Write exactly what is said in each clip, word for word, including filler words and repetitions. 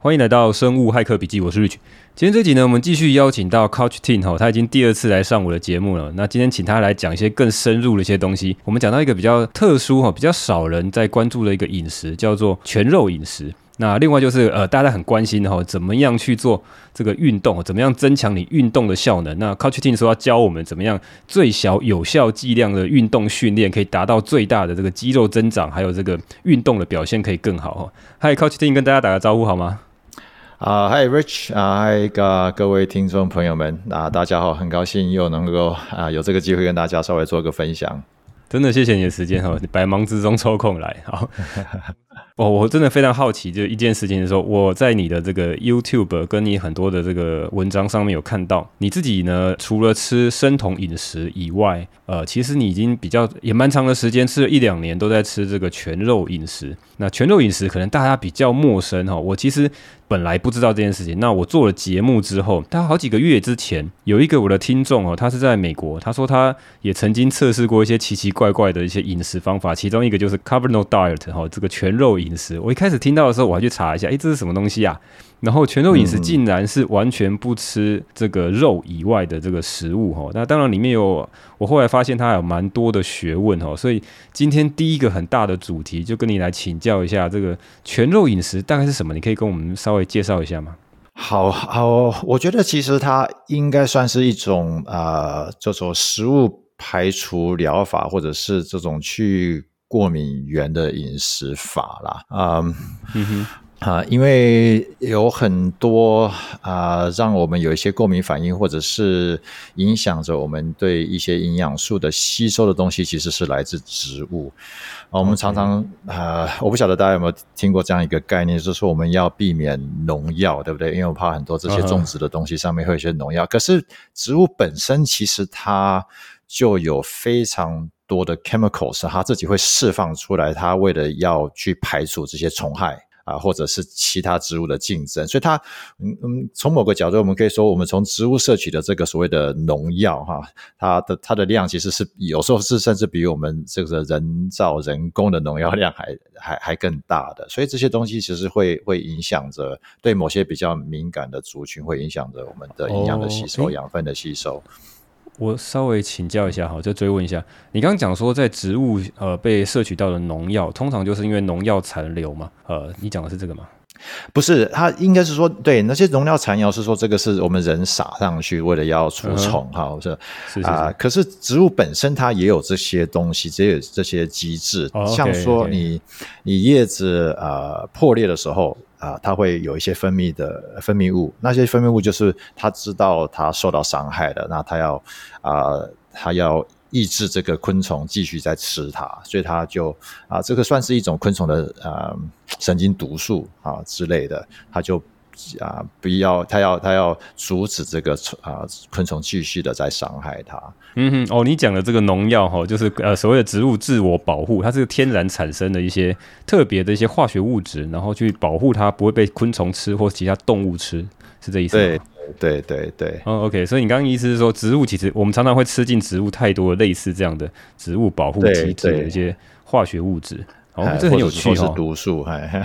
欢迎来到生物骇客笔记，我是 Rich。今天这集呢，我们继续邀请到 Couch Team 他已经第二次来上我的节目了。那今天请他来讲一些更深入的一些东西。我们讲到一个比较特殊、比较少人在关注的一个饮食，叫做全肉饮食。那另外就是呃，大家很关心的怎么样去做这个运动，怎么样增强你运动的效能。那 Couch Team 说要教我们怎么样最小有效剂量的运动训练，可以达到最大的这个肌肉增长，还有这个运动的表现可以更好。Hi Couch Team， 跟大家打个招呼好吗？ 啊、uh, ，Hi Rich， 啊、uh, ，Hi 各各位听众朋友们，啊、uh, 大家好，很高兴又能够啊、uh, 有这个机会跟大家稍微做个分享。 真的谢谢你的时间哈，你百忙之中抽空来，好。哦，我真的非常好奇，就一件事情的时候，我在你的这个 YouTube 跟你很多的这个文章上面有看到，你自己呢，除了吃生酮饮食以外，呃，其实你已经比较也蛮长的时间，吃了一两年都在吃这个全肉饮食。那全肉饮食可能大家比较陌生哈，我其实本来不知道这件事情。那我做了节目之后，他好几个月之前有一个我的听众哦，他是在美国，他说他也曾经测试过一些奇奇怪怪的一些饮食方法，其中一个就是 Carnivore Diet 哈，这个全肉饮食。我一开始听到的时候，我还去查一下，诶，这是什么东西啊？然后全肉饮食竟然是完全不吃这个肉以外的这个食物哈。那当然里面有，我后来发现它有蛮多的学问哈。所以今天第一个很大的主题就跟你来请教一下，这个全肉饮食大概是什么？你可以跟我们稍微介绍一下吗？ 好好，我觉得其实它应该算是一种呃这种食物排除疗法，或者是这种去过敏源的饮食法啦。嗯, 嗯哼。啊、呃，因为有很多啊、呃，让我们有一些过敏反应，或者是影响着我们对一些营养素的吸收的东西，其实是来自植物。啊、我们常常啊、呃，我不晓得大家有没有听过这样一个概念，就是说我们要避免农药，对不对？因为我怕很多这些种植的东西上面会有一些农药。Uh-huh. 可是植物本身其实它就有非常多的 chemicals， 它自己会释放出来，它为了要去排除这些虫害。啊，或者是其他植物的竞争，所以它，嗯嗯，从某个角度，我们可以说，我们从植物摄取的这个所谓的农药，哈，它的它的量其实是有时候是甚至比我们这个人造人工的农药量还还还更大的，所以这些东西其实会会影响着对某些比较敏感的族群，会影响着我们的营养的吸收、哦、养分的吸收。 我稍微请教一下哈，就追问一下，你刚刚讲说在植物呃被摄取到的农药，通常就是因为农药残留嘛？呃，你讲的是这个吗？ 不是，它应该是说，对那些农药残留是说这个是我们人撒上去为了要除虫哈、嗯，是是是啊、呃。可是植物本身它也有这些东西，也有这些机制，哦、像说你 okay, okay. 你叶子呃破裂的时候。啊、呃，它会有一些分泌的分泌物，那些分泌物就是它知道它受到伤害了，那它要啊、呃，它要抑制这个昆虫继续在吃它，所以它就啊、呃，这个算是一种昆虫的呃神经毒素啊之类的，它就啊不要，它要它要阻止这个啊、呃、昆虫继续的在伤害它。 嗯哼，哦，你讲的这个农药哈，就是呃所谓的植物自我保护，它是天然产生的一些特别的一些化学物质，然后去保护它不会被昆虫吃或其他动物吃，是这意思吗？ 对对对对。 哦 ，OK， 所以你刚刚意思是说，植物其实我们常常会吃进植物太多类似这样的植物保护机制的一些化学物质。哦，这很有趣哦， 是毒素。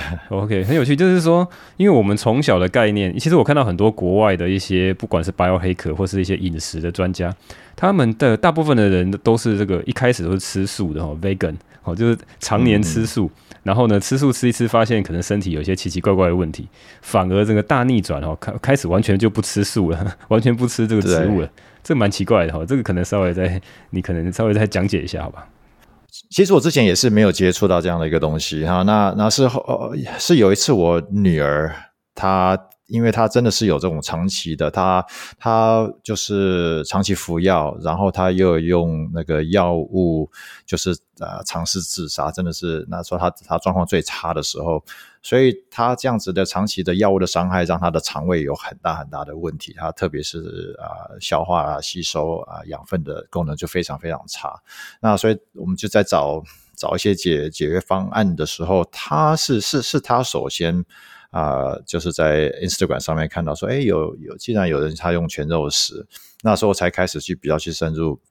OK， 很有趣，就是说，因为我们从小的概念，其实我看到很多国外的一些，不管是 biohacker 或是一些饮食的专家，他们的大部分的人都是这个一开始都是吃素的哦 ，vegan， 哦，就是常年吃素，嗯、然后呢，吃素吃一吃，发现可能身体有一些奇奇怪怪的问题，反而这个大逆转哦，开开始完全就不吃素了，完全不吃这个植物了，这蛮奇怪的哦，这个可能稍微再你可能稍微再讲解一下，好吧？ 其实我之前也是没有接触到这样的一个东西哈，那那是呃是有一次我女儿她因为她真的是有这种长期的，她她就是长期服药，然后她又用那个药物就是呃尝试自杀，真的是那时候她她状况最差的时候，所以她这样子的长期的药物的伤害让她的肠胃有很大很大的问题，她特别是啊、呃、消化啊吸收啊养分的功能就非常非常差，那所以我们就在找找一些解解决方案的时候，她是是是她首先啊、呃，就是在 Instagram 上面看到说，哎，有有，既然有人他用全肉食，那时候才开始去比较去深入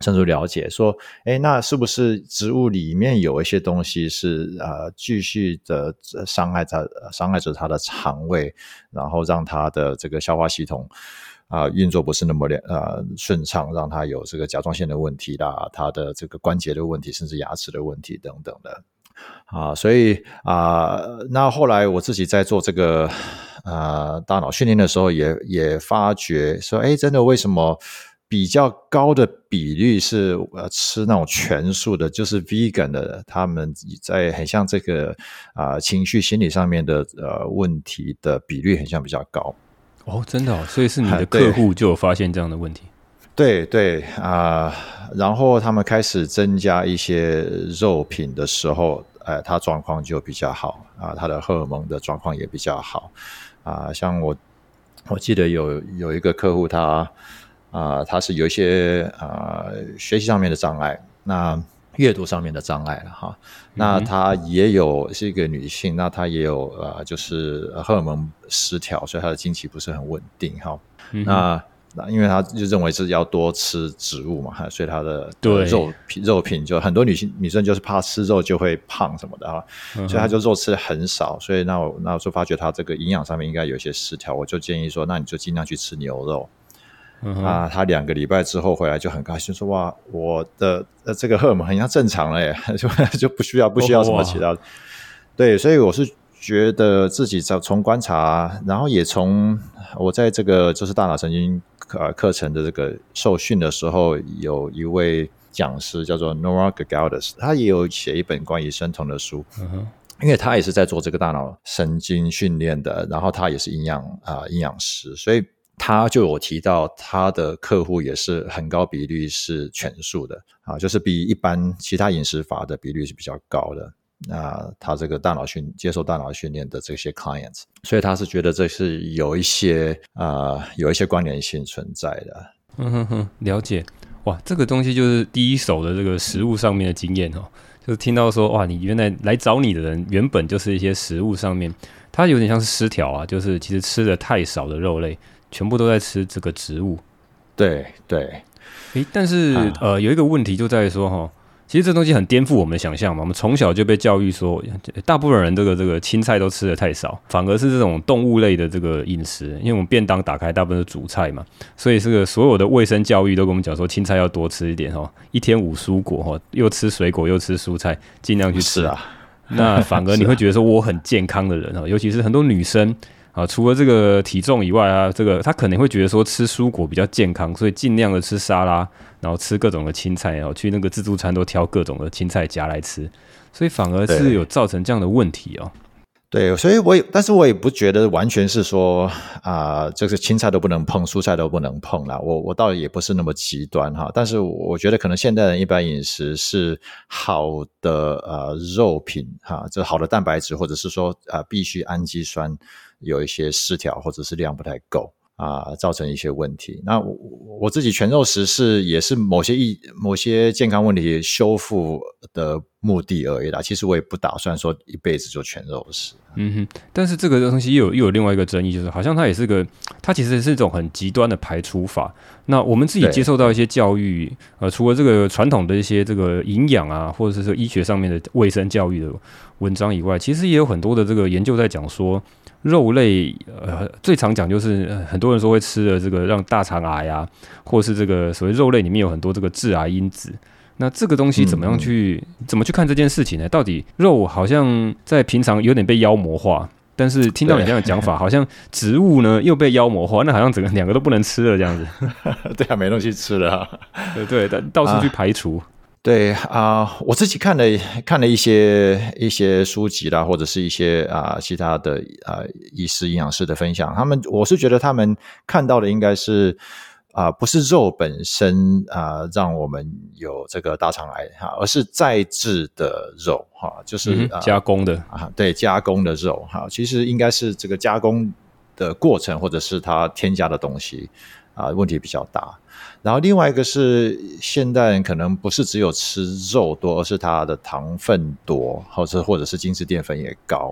深入了解，说，哎，那是不是植物里面有一些东西是呃继续的伤害它，伤害着它的肠胃，然后让它的这个消化系统啊、呃、运作不是那么呃顺畅，让它有这个甲状腺的问题啦，它的这个关节的问题，甚至牙齿的问题等等的啊，所以啊、呃，那后来我自己在做这个呃大脑训练的时候也，也也发觉说，哎，真的为什么？比较高的比率是呃吃那种全素的，就是 vegan 的，他们在很像这个啊、呃、情绪心理上面的呃问题的比率很像比较高。 哦，真的哦，所以是你的客户就有发现这样的问题。 对对啊、呃，然后他们开始增加一些肉品的时候，呃，他状况就比较好啊、呃，他的荷尔蒙的状况也比较好啊、呃。像我我记得有有一个客户他。啊、呃，他是有一些啊、呃、学习上面的障碍，那阅读上面的障碍了哈。那她也有是一个女性，那她也有呃就是荷尔蒙失调，所以她的经期不是很稳定哈。嗯、那那因为她就认为是要多吃植物嘛，所以她的肉品肉品就很多女性女生就是怕吃肉就会胖什么的哈，嗯、所以她就肉吃很少，所以那我那我就发觉她这个营养上面应该有一些失调，我就建议说，那你就尽量去吃牛肉。嗯、啊，他两个礼拜之后回来就很高兴，说哇，我的呃这个荷尔蒙很像正常了耶，就就不需要不需要什么其他的。对，所以我是觉得自己从观察，然后也从我在这个就是大脑神经呃课程的这个受训的时候，有一位讲师叫做 Nora Gedgaudas， 他也有写一本关于生酮的书。嗯因为他也是在做这个大脑神经训练的，然后他也是营养啊营养师，所以。他就有提到他的客户也是很高比率是全素的啊，就是比一般其他饮食法的比率是比较高的。那他这个大脑训接受大脑训练的这些 clients， 所以他是觉得这是有一些啊、呃、有一些关联性存在的。 嗯哼哼，了解。哇，这个东西就是第一手的这个食物上面的经验哦，就是听到说哇，你原来来找你的人原本就是一些食物上面，它有点像是失调啊，就是其实吃的太少的肉类。全部都在吃这个植物， 对对， 诶，但是、啊、呃，有一个问题就在于说哈，其实这东西很颠覆我们的想象嘛。我们从小就被教育说，大部分人这个这个青菜都吃的太少，反而是这种动物类的这个饮食，因为我们便当打开大部分是主菜嘛，所以这个所有的卫生教育都跟我们讲说，青菜要多吃一点哈，一天五蔬果哈，又吃水果又吃蔬菜，尽量去吃啊。 那反而你会觉得说我很健康的人哈，尤其是很多女生。啊，除了这个体重以外啊，这个他可能会觉得说吃蔬果比较健康，所以尽量的吃沙拉，然后吃各种的青菜，然后去那个自助餐都挑各种的青菜夹来吃，所以反而是有造成这样的问题哦。 对，所以我也，但是我也不觉得完全是说啊、呃，就是青菜都不能碰，蔬菜都不能碰啦。我我倒也不是那么极端哈，但是我觉得可能现代人一般饮食是好的呃肉品哈，这好的蛋白质，或者是说呃必须氨基酸有一些失调，或者是量不太够。啊，造成一些问题。那我我自己全肉食是也是某些一某些健康问题修复的目的而已啦。其实我也不打算说一辈子就全肉食。 嗯哼，但是这个东西又有又有另外一个争议，就是好像它也是个，它其实是一种很极端的排除法。那我们自己接受到一些教育，呃，除了这个传统的一些这个营养啊，或者是说医学上面的卫生教育的文章以外，其实也有很多的这个研究在讲说。肉类，呃，最常讲就是、呃、很多人说会吃的这个让大肠癌啊，或是这个所谓肉类里面有很多这个致癌因子。那这个东西怎么样去、嗯、怎么去看这件事情呢？到底肉好像在平常有点被妖魔化，但是听到你这样的讲法，好像植物呢又被妖魔化，那好像整个两个都不能吃了这样子。 对啊，没东西吃了、啊。 对对，但到处去排除。啊对啊、呃，我自己看了看了一些一些书籍啦，或者是一些啊、呃、其他的啊、呃、医师营养师的分享，他们我是觉得他们看到的应该是啊、呃、不是肉本身啊、呃、让我们有这个大肠癌哈，而是再制的肉哈，就是、 嗯呃、加工的啊，对，加工的肉哈，其实应该是这个加工的过程或者是它添加的东西啊、呃、问题比较大。然后另外一个是现代人可能不是只有吃肉多，而是它的糖分多，或者或者是精致淀粉也高啊。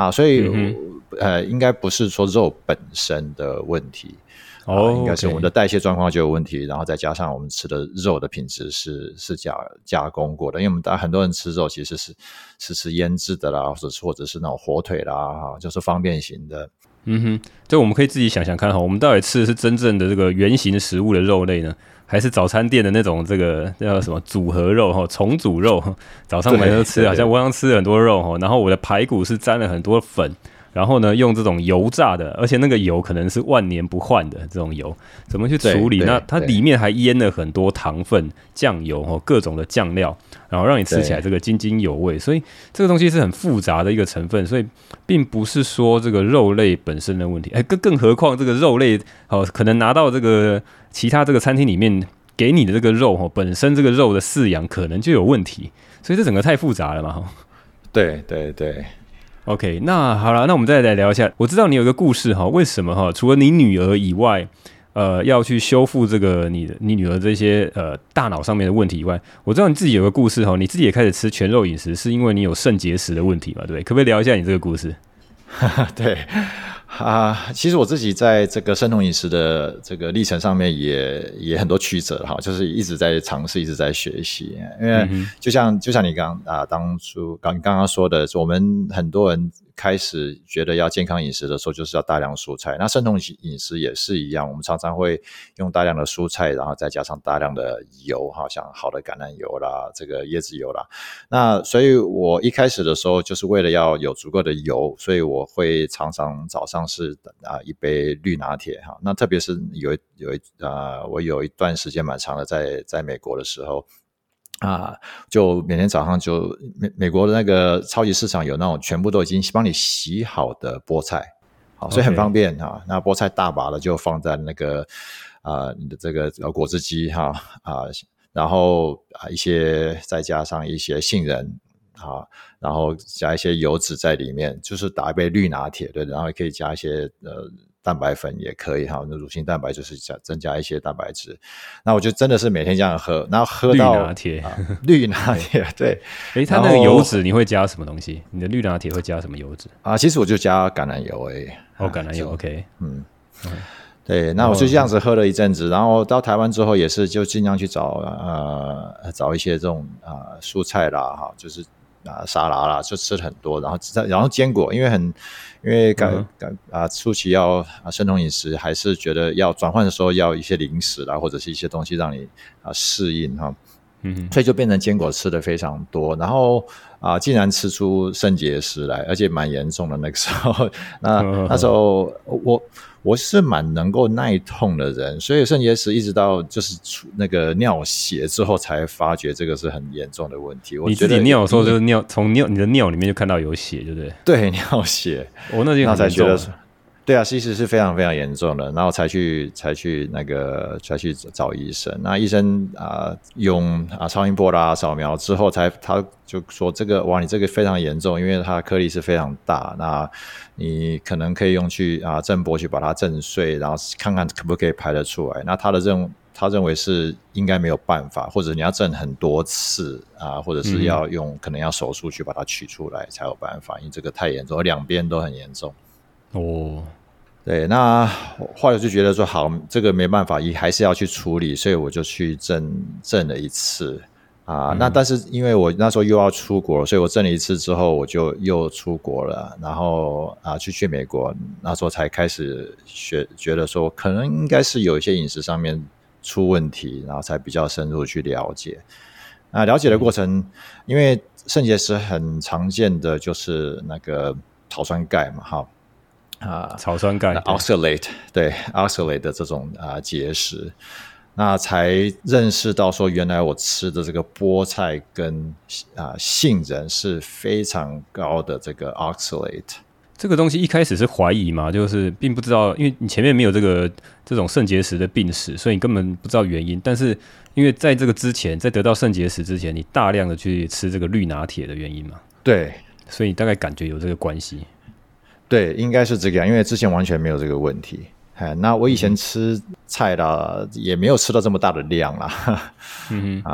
啊，所以、 嗯、 呃，应该不是说肉本身的问题。 哦、 啊，应该是我们的 okay. 代谢状况就有问题，然后再加上我们吃的肉的品质是是加加工过的，因为我们大很多人吃肉其实是是吃腌制的啦，或者是或者是那种火腿啦，哈，就是方便型的。 嗯哼，这我们可以自己想想看哈，我们到底吃的是真正的这个原型食物的肉类呢，还是早餐店的那种这个叫什么组合肉哈，重组肉？早上每天都吃，好像我刚吃了很多肉哈，然后我的排骨是沾了很多粉。然后呢，用这种油炸的，而且那个油可能是万年不换的这种油，怎么去处理？那它里面还腌了很多糖分、酱油、各种的酱料，然后让你吃起来这个津津有味。所以这个东西是很复杂的一个成分，所以并不是说这个肉类本身的问题。哎，更更何况这个肉类哦，可能拿到这个其他这个餐厅里面给你的这个肉哦，本身这个肉的饲养可能就有问题，所以这整个太复杂了嘛。 对对对。 OK， 那好了，那我们再来聊一下。我知道你有一个故事哈，为什么哈？除了你女儿以外，呃，要去修复这个你的你女儿这些呃大脑上面的问题以外，我知道你自己有个故事哈，你自己也开始吃全肉饮食，是因为你有肾结石的问题嘛？对不对？可不可以聊一下你这个故事？ 对啊，其实我自己在这个生酮饮食的这个历程上面也也很多曲折哈，就是一直在尝试，一直在学习。因为就像、嗯、就像你刚啊当初刚刚刚说的，我们很多人开始觉得要健康饮食的时候，就是要大量蔬菜。那生酮饮食也是一样，我们常常会用大量的蔬菜，然后再加上大量的油哈，像好的橄榄油啦，这个椰子油啦。那所以我一开始的时候，就是为了要有足够的油，所以我会常常早上是啊一杯绿拿铁哈。那特别是有有一啊，我有一段时间蛮长的在在美国的时候。啊，就每天早上就美美国的那个超级市场有那种全部都已经帮你洗好的菠菜，好，所以很方便哈。Okay. 那菠菜大把的就放在那个啊、呃、你的这个果汁机哈啊，然后啊一些再加上一些杏仁啊，然后加一些油脂在里面，就是打一杯绿拿铁对，然后也可以加一些呃。蛋白粉也可以哈，那乳清蛋白就是加增加一些蛋白质。那我就真的是每天这样喝，然后喝到绿拿铁， 啊、绿拿铁对。 诶，它那个油脂你会加什么东西？你的绿拿铁会加什么油脂啊？其实我就加橄榄油而已。 哦，橄榄油 ，OK， 嗯。嗯对，那我就这样子喝了一阵子，然后到台湾之后也是就尽量去找呃找一些这种呃蔬菜啦哈，就是啊沙拉啦，就吃了很多，然后然后坚果，因为很因为感感啊初期要啊生酮饮食，还是觉得要转换的时候要一些零食啦，或者是一些东西让你啊适应哈。嗯，所以就变成坚果吃的非常多，然后啊，竟然吃出肾结石来，而且蛮严重的那个时候。那那时候我我是蛮能够耐痛的人，所以肾结石一直到就是出那个尿血之后，才发觉这个是很严重的问题。我你自己尿的时候就是尿，从尿你的尿里面就看到有血，对不对？ 对，尿血， 我、哦、那就很严重了。 对啊，其实是非常非常严重的，然后才去才去那个才去找医生。那医生啊、呃、用啊超音波啦扫描之后才，他就说这个哇你这个非常严重，因为它的颗粒是非常大，那你可能可以用去啊震波去把它震碎，然后看看可不可以排得出来。那他的认他认为是应该没有办法，或者你要震很多次啊，或者是要用、嗯、可能要手术去把它取出来才有办法，因为这个太严重，两边都很严重。哦，对，那后来就觉得说好，这个没办法，也还是要去处理，所以我就去震震了一次啊、嗯。那但是因为我那时候又要出国，所以我震了一次之后，我就又出国了，然后啊去去美国，那时候才开始学，觉得说可能应该是有一些饮食上面出问题，然后才比较深入去了解。那了解的过程，嗯、因为肾结石很常见的就是那个草酸钙嘛，哈。 啊，草酸钙 oxalate 对 oxalate 的这种啊结石，那才认识到说原来我吃的这个菠菜跟啊杏仁是非常高的这个 oxalate。 这个东西一开始是怀疑嘛，就是并不知道，因为你前面没有这个这种肾结石的病史，所以你根本不知道原因。但是因为在这个之前，在得到肾结石之前，你大量的去吃这个绿拿铁的原因嘛， 对， 所以你大概感觉有这个关系。 对，应该是这个样，因为之前完全没有这个问题。那我以前吃菜啦，也没有吃到这么大的量啦。嗯啊，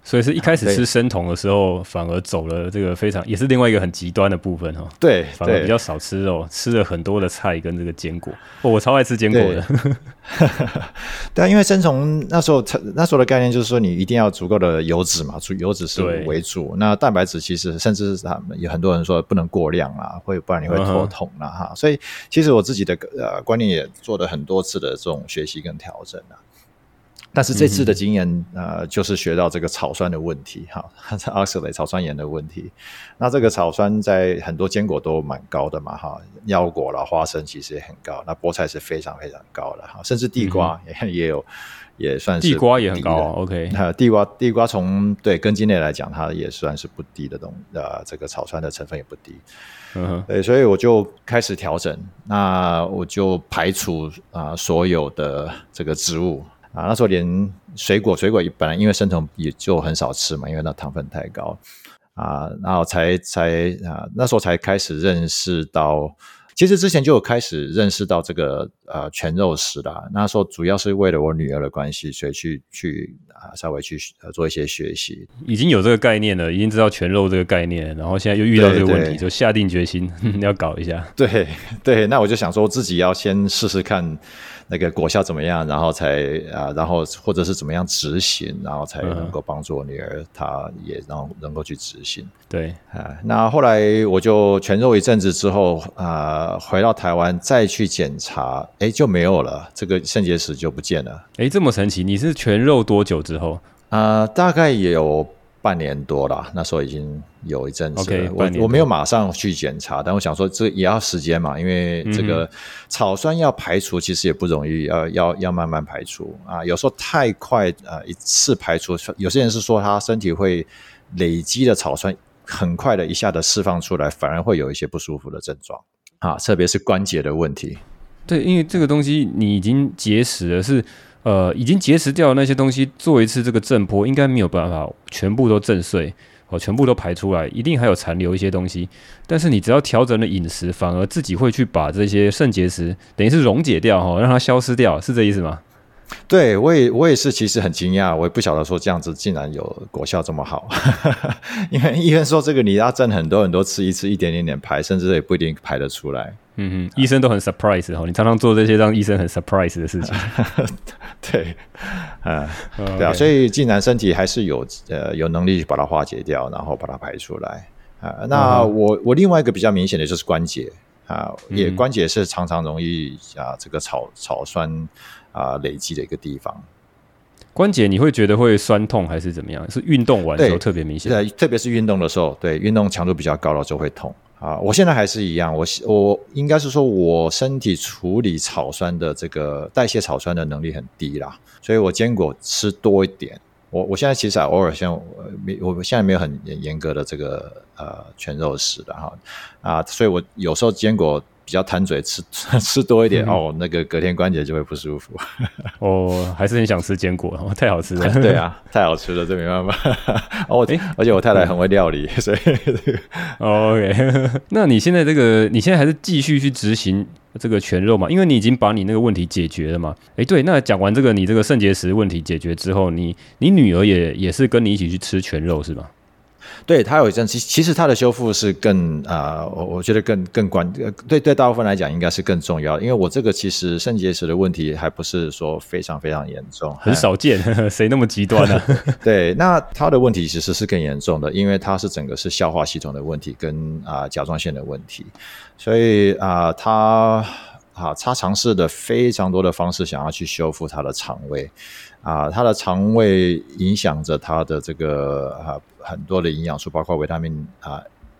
所以是一开始吃生酮的时候，反而走了这个非常，也是另外一个很极端的部分哈。 对， 反而比较少吃肉，吃了很多的菜跟这个坚果。哦，我超爱吃坚果的。 对，因为生酮那时候那时候的概念就是说，你一定要足够的油脂嘛，油脂是为主。那蛋白质其实甚至是有很多人说不能过量啊，会不然你会头痛啦、啊、哈。Uh-huh. 所以其实我自己的呃观念也做了很多次的这种学习跟调整啊。但是这次的经验、嗯、呃，就是学到这个草酸的问题哈 ，oxalate 草酸盐的问题。那这个草酸在很多坚果都蛮高的嘛哈，腰果啦、花生其实也很高，那菠菜是非常非常高的哈，甚至地瓜也、嗯、也有，也算是地瓜也很高、哦、，OK。 地瓜地瓜从对根茎类来讲，它也算是不低的东呃，这个草酸的成分也不低。嗯，对，所以我就开始调整，那我就排除啊、呃、所有的这个植物。啊，那时候连水果，水果本来因为生酮也就很少吃嘛，因为那糖分太高啊，然后才才啊，那时候才开始认识到，其实之前就有开始认识到这个呃全肉食啦。那时候主要是为了我女儿的关系，所以去去啊稍微去呃做一些学习， 已经有这个概念了，已经知道全肉这个概念，然后现在又遇到这个问题，就下定决心要搞一下。 对对，那我就想说自己要先试试看。那个果效怎么样，然后才啊，然后或者是怎么样执行，然后才能够帮助我女儿，她也能能够去执行。 对啊，那后来我就全肉一阵子之后啊，回到台湾再去检查，哎，就没有了，这个肾结石就不见了。 哎，这么神奇！你是全肉多久之后？ 啊，大概也有半年多了，那时候已经有一阵子了。 okay, 我, 我没有马上去检查，但我想说这也要时间嘛，因为这个草酸要排除其实也不容易，要要要慢慢排除啊。有时候太快啊，一次排除，有些人是说他身体会累积的草酸很快的一下的释放出来，反而会有一些不舒服的症状啊，特别是关节的问题。 对，因为这个东西你已经结石了，是呃已经结石掉的那些东西，做一次这个震波，应该没有办法全部都震碎。哦，全部都排出来，一定还有残留一些东西。但是你只要调整了饮食，反而自己会去把这些肾结石等于是溶解掉，让它消失掉，是这意思吗？ 对，我也我也是，其实很惊讶，我也不晓得说这样子竟然有果效这么好，因为医生说这个你要震很多很多次，一次一点点点排，甚至也不一定排得出来。 嗯哼，医生都很 surprise 哈，你常常做这些让医生很 surprise 的事情。 对，啊、嗯 oh, ，对啊， okay. 所以竟然身体还是有呃有能力把它化解掉，然后把它排出来啊。那我、uh-huh. 我另外一个比较明显的就是关节啊，也关节是常常容易啊这个草草酸啊累积的一个地方。 关节你会觉得会酸痛还是怎么样？是运动完的时候特别明显？ 对，特别是运动的时候，对，运动强度比较高了就会痛。啊，我现在还是一样，我我应该是说，我身体处理草酸的这个代谢草酸的能力很低啦，所以我坚果吃多一点。我我现在其实偶尔像我现在没有很严格的这个呃全肉食的哈啊，所以我有时候坚果比较贪嘴，吃吃多一点、嗯、哦，那个隔天关节就会不舒服。 哦，还是很想吃坚果，哦、太好吃了。 对啊，太好吃了，这没办法。哦，而且我太太很会料理，所以。 哦、OK， 那你现在这个，你现在还是继续去执行这个全肉嘛？因为你已经把你那个问题解决了嘛。哎，对，那讲完这个，你这个肾结石问题解决之后，你你女儿也也是跟你一起去吃全肉是吗？ 对，他有一阵，其实他的修复是更啊、呃，我我觉得更更关，对对大部分来讲应该是更重要的，因为我这个其实肾结石的问题还不是说非常非常严重， 很少见，谁那么极端呢、啊？ 对，那他的问题其实是更严重的，因为他是整个是消化系统的问题跟啊、呃、甲状腺的问题，所以啊、呃、他啊他尝试了非常多的方式想要去修复他的肠胃。啊，他的肠胃影响着他的这个啊很多的营养素，包括维他命啊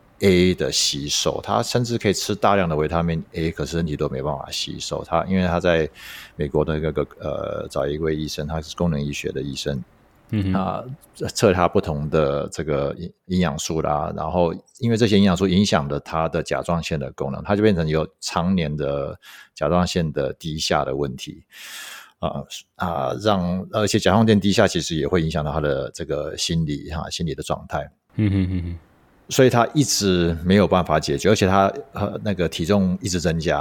A 的吸收。他甚至可以吃大量的维他命 A， 可是身体都没办法吸收。他因为他在美国的那个呃找一位医生，他是功能医学的医生，嗯啊测他不同的这个营养素啦，然后因为这些营养素影响了他的甲状腺的功能，他就变成有常年的甲状腺的低下的问题。啊啊，让而且甲状腺低下其实也会影响到他的这个心理哈、啊、心理的状态，嗯哼哼哼，所以他一直没有办法解决，而且他呃那个体重一直增加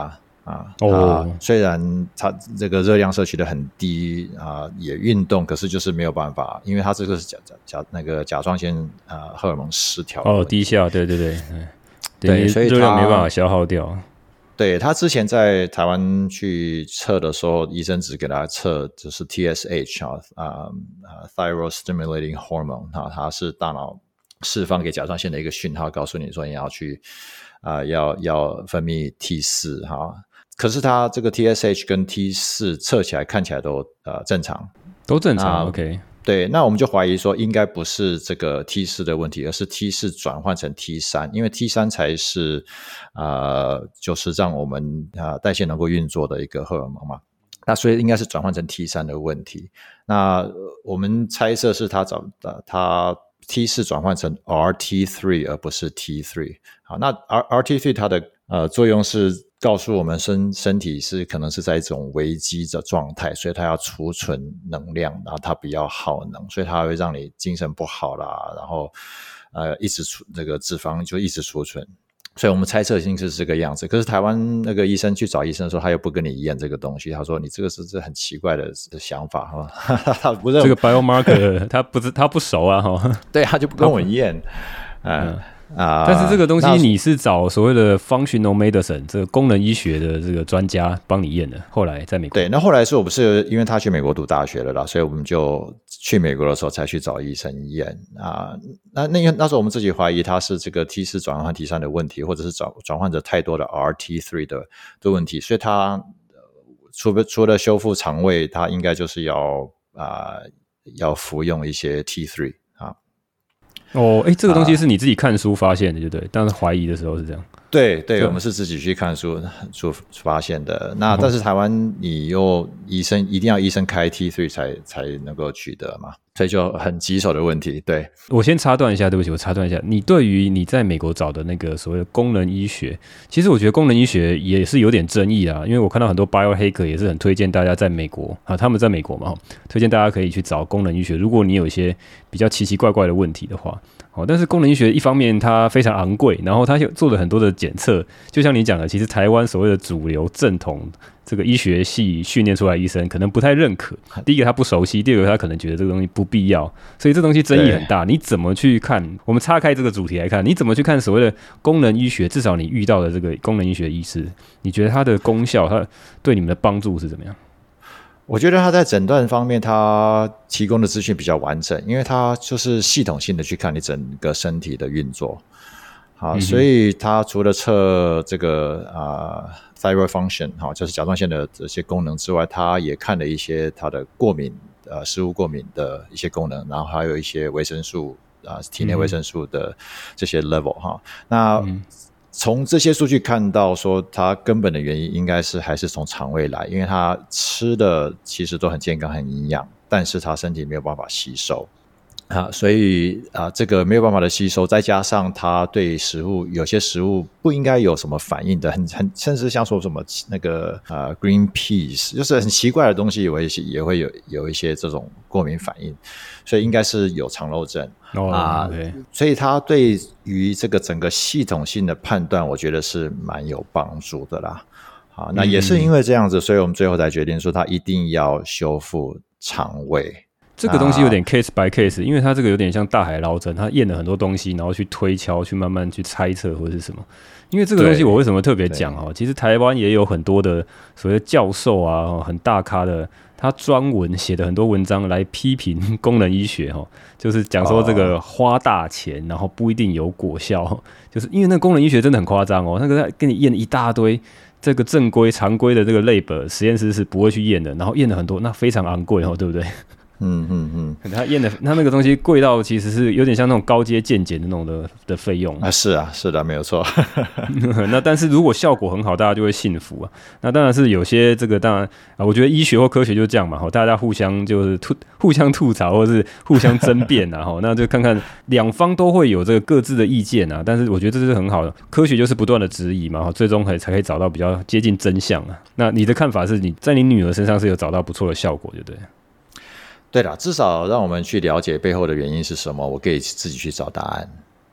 啊。 哦、 啊，虽然他这个热量摄取的很低啊，也运动，可是就是没有办法，因为他这个是甲甲甲那个甲状腺啊荷尔蒙失调哦低下，对对对， 对，所以热量没办法消耗掉。 对，他之前在台湾去测的时候，医生只给他测就是 T S H 啊啊、uh, thyroid stimulating hormone 啊，它是大脑释放给甲状腺的一个讯号，告诉你说你要去啊、呃、要要分泌 T 四 哈。可是他这个 T S H 跟 T 四 测起来看起来都呃正常， 都正常、啊、OK。 对，那我们就怀疑说，应该不是这个 T 四 的问题，而是 T 四 转换成 T 三，因为 T 三 才是呃，就是让我们啊、呃、代谢能够运作的一个荷尔蒙嘛。那所以应该是转换成 T 三 的问题。那我们猜测是他找他 T 四 转换成 R T 三 而不是 T 三。好，那 R T 三 它的呃作用是告诉我们身身体是可能是在一种危机的状态，所以它要储存能量，然后它比较耗能，所以它会让你精神不好啦，然后呃一直储这个脂肪就一直储存，所以我们猜测性是这个样子。可是台湾那个医生去找医生的时候，他又不跟你验这个东西，他说你这个是这很奇怪的想法哈，他不认这个 biomarker 他不是他不熟啊哈， 对，他就不跟我验，嗯。嗯啊、但是这个东西你是找所谓的 functional medicine 这个功能医学的这个专家帮你验的，后来在美国。 对，那后来是我不是因为他去美国读大学了啦，所以我们就去美国的时候才去找医生验啊。那那那时候我们自己怀疑他是这个 T 四 转换 T 三 的问题，或者是转转换着太多的 R T 三 的的问题，所以他除了除了修复肠胃，他应该就是要啊、呃、要服用一些 T 三。 哦，哎，这个东西是你自己看书发现的，对不对？当时怀疑的时候是这样。 对对，我们是自己去看书书发现的。那但是台湾你又医生一定要医生开 T 三 才才能够取得嘛，所以就很棘手的问题。对， 我先插断一下，对不起，我插断一下。你对于你在美国找的那个所谓的功能医学，其实我觉得功能医学也是有点争议啊，因为我看到很多 biohacker 也是很推荐大家在美国啊，他们在美国嘛，推荐大家可以去找功能医学。如果你有一些比较奇奇怪怪的问题的话。哦，但是功能医学一方面它非常昂贵，然后它做了很多的检测，就像你讲的，其实台湾所谓的主流正统这个医学系训练出来的医生可能不太认可。第一个他不熟悉，第二个他可能觉得这个东西不必要，所以这东西争议很大。你怎么去看？我们岔开这个主题来看，你怎么去看所谓的功能医学？至少你遇到的这个功能医学医师，你觉得它的功效，它对你们的帮助是怎么样？ 我觉得他在诊断方面，他提供的资讯比较完整，因为他就是系统性的去看你整个身体的运作。好，嗯、所以他除了测这个啊、呃、thyroid function 哈，就是甲状腺的这些功能之外，他也看了一些他的过敏呃食物过敏的一些功能，然后还有一些维生素啊、呃、体内维生素的这些 level 哈、嗯。那、嗯从这些数据看到说它根本的原因应该是还是从肠胃来，因为它吃的其实都很健康很营养，但是它身体没有办法吸收啊，所以啊这个没有办法的吸收，再加上它对食物有些食物不应该有什么反应的，很很甚至像说什么那个呃 green peas 就是很奇怪的东西也会也会有有一些这种过敏反应，所以应该是有肠漏症。 哦、 啊， okay. 所以他对于这个整个系统性的判断，我觉得是蛮有帮助的啦。好，那也是因为这样子，嗯、所以我们最后才决定说，他一定要修复肠胃。 这个东西有点 case by case，、啊、因为它这个有点像大海捞针，他验了很多东西，然后去推敲，去慢慢去猜测或者是什么。因为这个东西我为什么特别讲哦？其实台湾也有很多的所谓教授啊，很大咖的。他专文写的很多文章来批评功能医学，就是讲说这个花大钱，然后不一定有果效，就是因为那功能医学真的很夸张哦，那个给你验一大堆这个正规常规的这个 lab 实验室是不会去验的，然后验了很多，那非常昂贵哦，对不对？ 嗯嗯嗯， 他验的他那个东西贵到其实是有点像那种高阶健检的那种的的费用啊，是啊是的，没有错。 那但是如果效果很好，大家就会信服啊。那当然是有些这个当然啊，我觉得医学或科学就这样嘛，大家互相就是吐互相吐槽或是互相争辩啊，那就看看两方都会有这个各自的意见啊。但是我觉得这是很好的，科学就是不断的质疑嘛，最终才可以找到比较接近真相啊。那你的看法是你在你女儿身上是有找到不错的效果，对不对？ 对啦，至少让我们去了解背后的原因是什么，我可以自己去找答案。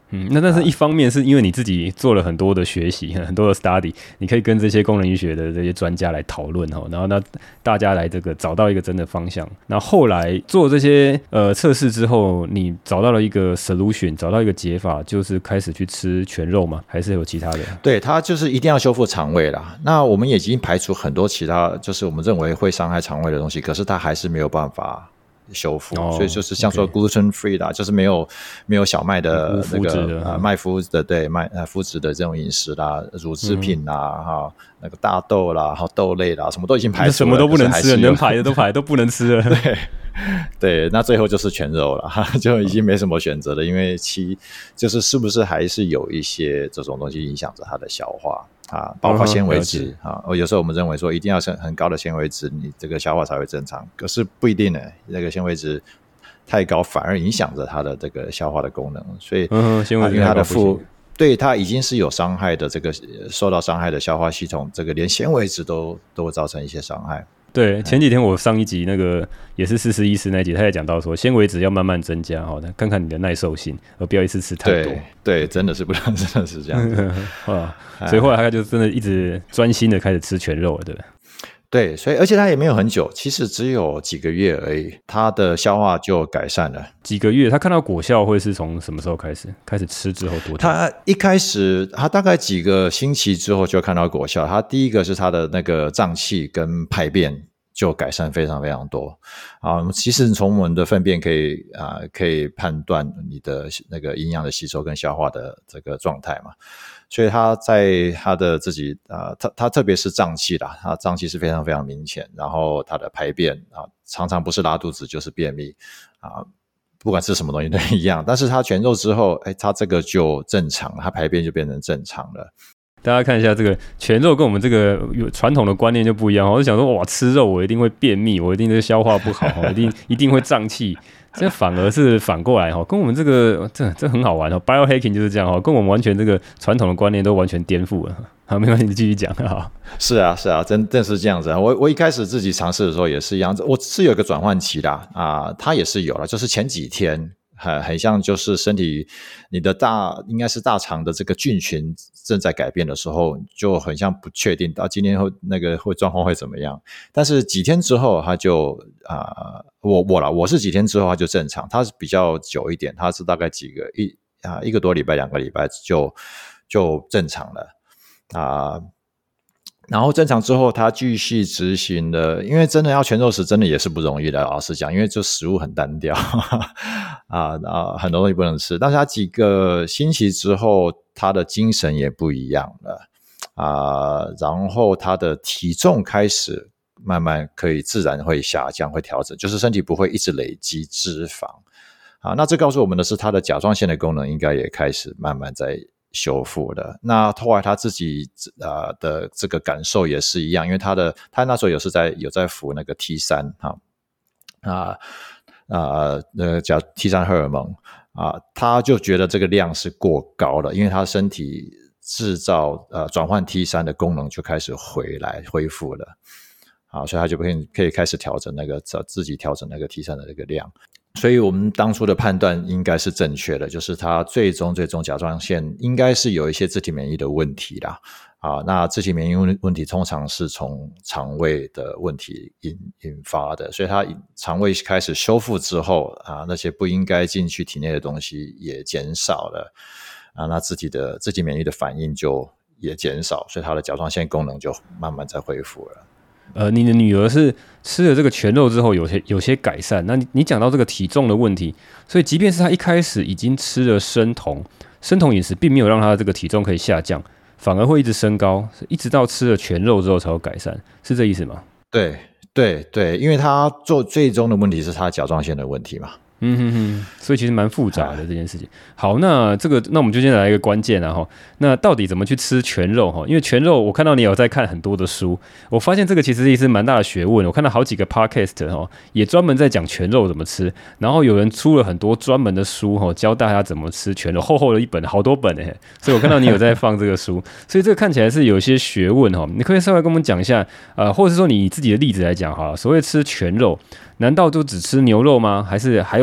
嗯，那但是一方面是因为你自己做了很多的学习，很多的 study， 你可以跟这些功能医学的这些专家来讨论哈，然后那大家来这个找到一个真的方向。那后来做这些呃测试之后，你找到了一个 solution， 找到一个解法，就是开始去吃全肉吗？还是有其他的？ 对，它就是一定要修复肠胃啦。那我们也已经排除很多其他，就是我们认为会伤害肠胃的东西，可是它还是没有办法修复，哦、所以就是像说 gluten free 啦， 就是没有没有小麦的那个呃麦麸的对麦呃麸质的这种饮食啦，乳制品啦哈、嗯，那个大豆啦，还有豆类啦，什么都已经排除了， 什么都不能吃了，能排的都排都不能吃了。 对对，那最后就是全肉了，就已经没什么选择了，因为其就是是不是还是有一些这种东西影响着它的消化。啊，包括纤维质、嗯、啊，有时候我们认为说一定要是很高的纤维质，你这个消化才会正常，可是不一定呢。这个纤维质太高，反而影响着它的这个消化的功能，所以， 嗯，纤维质因为它的负对它已经是有伤害的，这个受到伤害的消化系统，这个连纤维质都都会造成一些伤害。 对，前几天我上一集那个也是思思医师那一集，他也讲到说，纤维质要慢慢增加哈，看看你的耐受性，而不要一次吃太多。 对，对真的是不能，真的是这样子啊。所以后来他就真的一直专心的开始吃全肉了，对不对？ 对，所以而且他也没有很久，其实只有几个月而已，他的消化就改善了。 几个月，他看到果效会是从什么时候开始？开始吃之后多久？ 他一开始，他大概几个星期之后就看到果效。他第一个是他的那个胀气跟排便就改善非常非常多啊。其实从我们的粪便可以啊，可以判断你的那个营养的吸收跟消化的这个状态嘛。所以他在他的自己啊、呃，他他特别是胀气啦，他胀气是非常非常明显，然后他的排便啊，常常不是拉肚子就是便秘啊，不管吃什么东西都一样。但是他全肉之后，哎，他这个就正常了，他排便就变成正常了。 大家看一下这个全肉跟我们这个有传统的观念就不一样，我就想说哇，吃肉我一定会便秘，我一定是消化不好，一定一定会胀气。这反而是反过来哈，跟我们这个这这很好玩哦 ，biohacking 就是这样哈，跟我们完全这个传统的观念都完全颠覆了。好，没关系，你继续讲哈。 是啊，是啊，真正是这样子啊。我我一开始自己尝试的时候也是一样，我是有一个转换期的啊，它也是有了，就是前几天。很很像就是身体你的大应该是大肠的这个菌群正在改变的时候，就很像不确定到今天会那个会状况会怎么样。但是几天之后它就啊、呃，我我啦我是几天之后它就正常，它是比较久一点，它是大概几个一啊一个多礼拜两个礼拜就就正常了啊。呃然后正常之后，他继续执行了，因为真的要全肉食，真的也是不容易的。老实讲，因为就食物很单调啊，啊，很多东西不能吃。但是他几个星期之后，他的精神也不一样了啊，然后他的体重开始慢慢可以自然会下降，会调整，就是身体不会一直累积脂肪啊。那这告诉我们的是，他的甲状腺的功能应该也开始慢慢在修复了。那后来他自己呃的这个感受也是一样，因为他的他那时候有是在有在服那个 T 三 哈啊啊呃叫 T 三 荷尔蒙啊，他就觉得这个量是过高了，因为他身体制造呃转换 T 三 的功能就开始回来恢复了啊，所以他就可以可以开始调整那个自己调整那个 T 三 的那个量。所以我们当初的判断应该是正确的，就是它最终最终甲状腺应该是有一些自体免疫的问题啦。啊，那自体免疫问题通常是从肠胃的问题引引发的，所以它肠胃开始修复之后啊，那些不应该进去体内的东西也减少了啊，那自己的自体免疫的反应就也减少，所以它的甲状腺功能就慢慢在恢复了。 呃，你的女儿是吃了这个全肉之后有些有些改善，那你你讲到这个体重的问题，所以即便是她一开始已经吃了生酮，生酮饮食并没有让她的这个体重可以下降，反而会一直升高，一直到吃了全肉之后才有改善，是这意思吗？ 对对对，因为她做最终的问题是她甲状腺的问题嘛。 嗯哼哼，所以其实蛮复杂的这件事情。好，那这个那我们就先来一个关键啊哈，那到底怎么去吃全肉哈？因为全肉我看到你有在看很多的书，我发现这个其实也是蛮大的学问。我看到好几个 podcast 哈，也专门在讲全肉怎么吃，然后有人出了很多专门的书哈，教大家怎么吃全肉，厚厚的一本，好多本哎。所以我看到你有在放这个书，所以这个看起来是有些学问哈。你可以稍微跟我们讲一下，呃，或者是说你自己的例子来讲哈，所谓吃全肉。难道就只吃牛肉吗？还是还有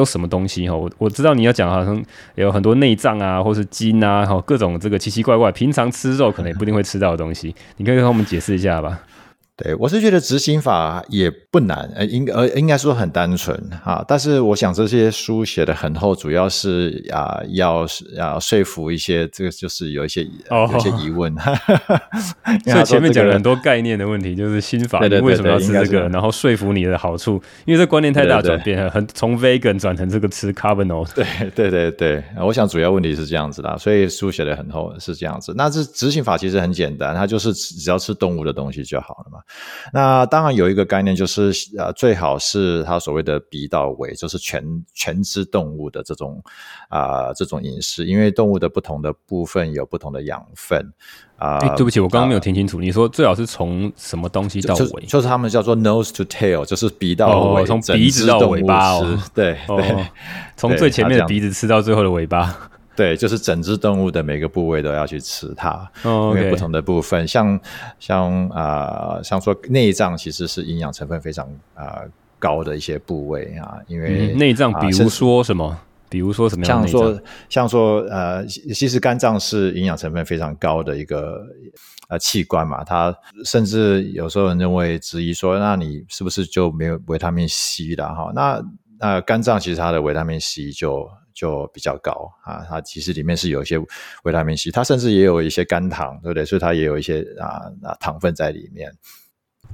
什么东西哈？我我知道你要讲好像有很多内脏啊，或是筋啊，哈，各种这个奇奇怪怪，平常吃肉可能也不一定会吃到的东西，你可以跟我们解释一下吧。 对，我是觉得执行法也不难，呃，应呃应该说很单纯啊。但是我想这些书写的很厚，主要是啊要要说服一些这个就是有一些、哦、有一些疑问， 所以前面讲了很多概念的问题，就是新法你为什么要吃这个，然后说服你的好处，因为这观念太大转变了，很从 vegan 转成这个吃 carbonol。 对对对对，我想主要问题是这样子的，所以书写的很厚是这样子。那这执行法其实很简单，它就是只要吃动物的东西就好了嘛。那当然有一个概念就是呃，最好是它所谓的鼻到尾，就是全全只动物的这种啊、呃、这种饮食，因为动物的不同的部分有不同的养分啊、呃。 对不起，我刚刚没有听清楚，呃、你说最好是从什么东西到尾？就, 就, 就是他们叫做 nose to tail， 就是鼻到尾， 从、哦、鼻子到尾巴哦。 对对， 从、哦、最前面的鼻子吃到最后的尾巴。 对，就是整只动物的每个部位都要去吃它， 哦 okay、 因为不同的部分，像像啊、呃，像说内脏其实是营养成分非常啊、呃、高的一些部位啊，因为、 嗯、内脏，比如说什么？呃、比如说什么样的内脏？ 像说像说呃，其实肝脏是营养成分非常高的一个呃器官嘛，它甚至有时候人认为质疑说，那你是不是就没有维他命 C 啦？哈，那那肝脏其实它的维他命 C 就就比较高啊，它其实里面是有一些维他命 C， 它甚至也有一些肝糖，对不对？所以它也有一些啊啊糖分在里面。 哦、okay ，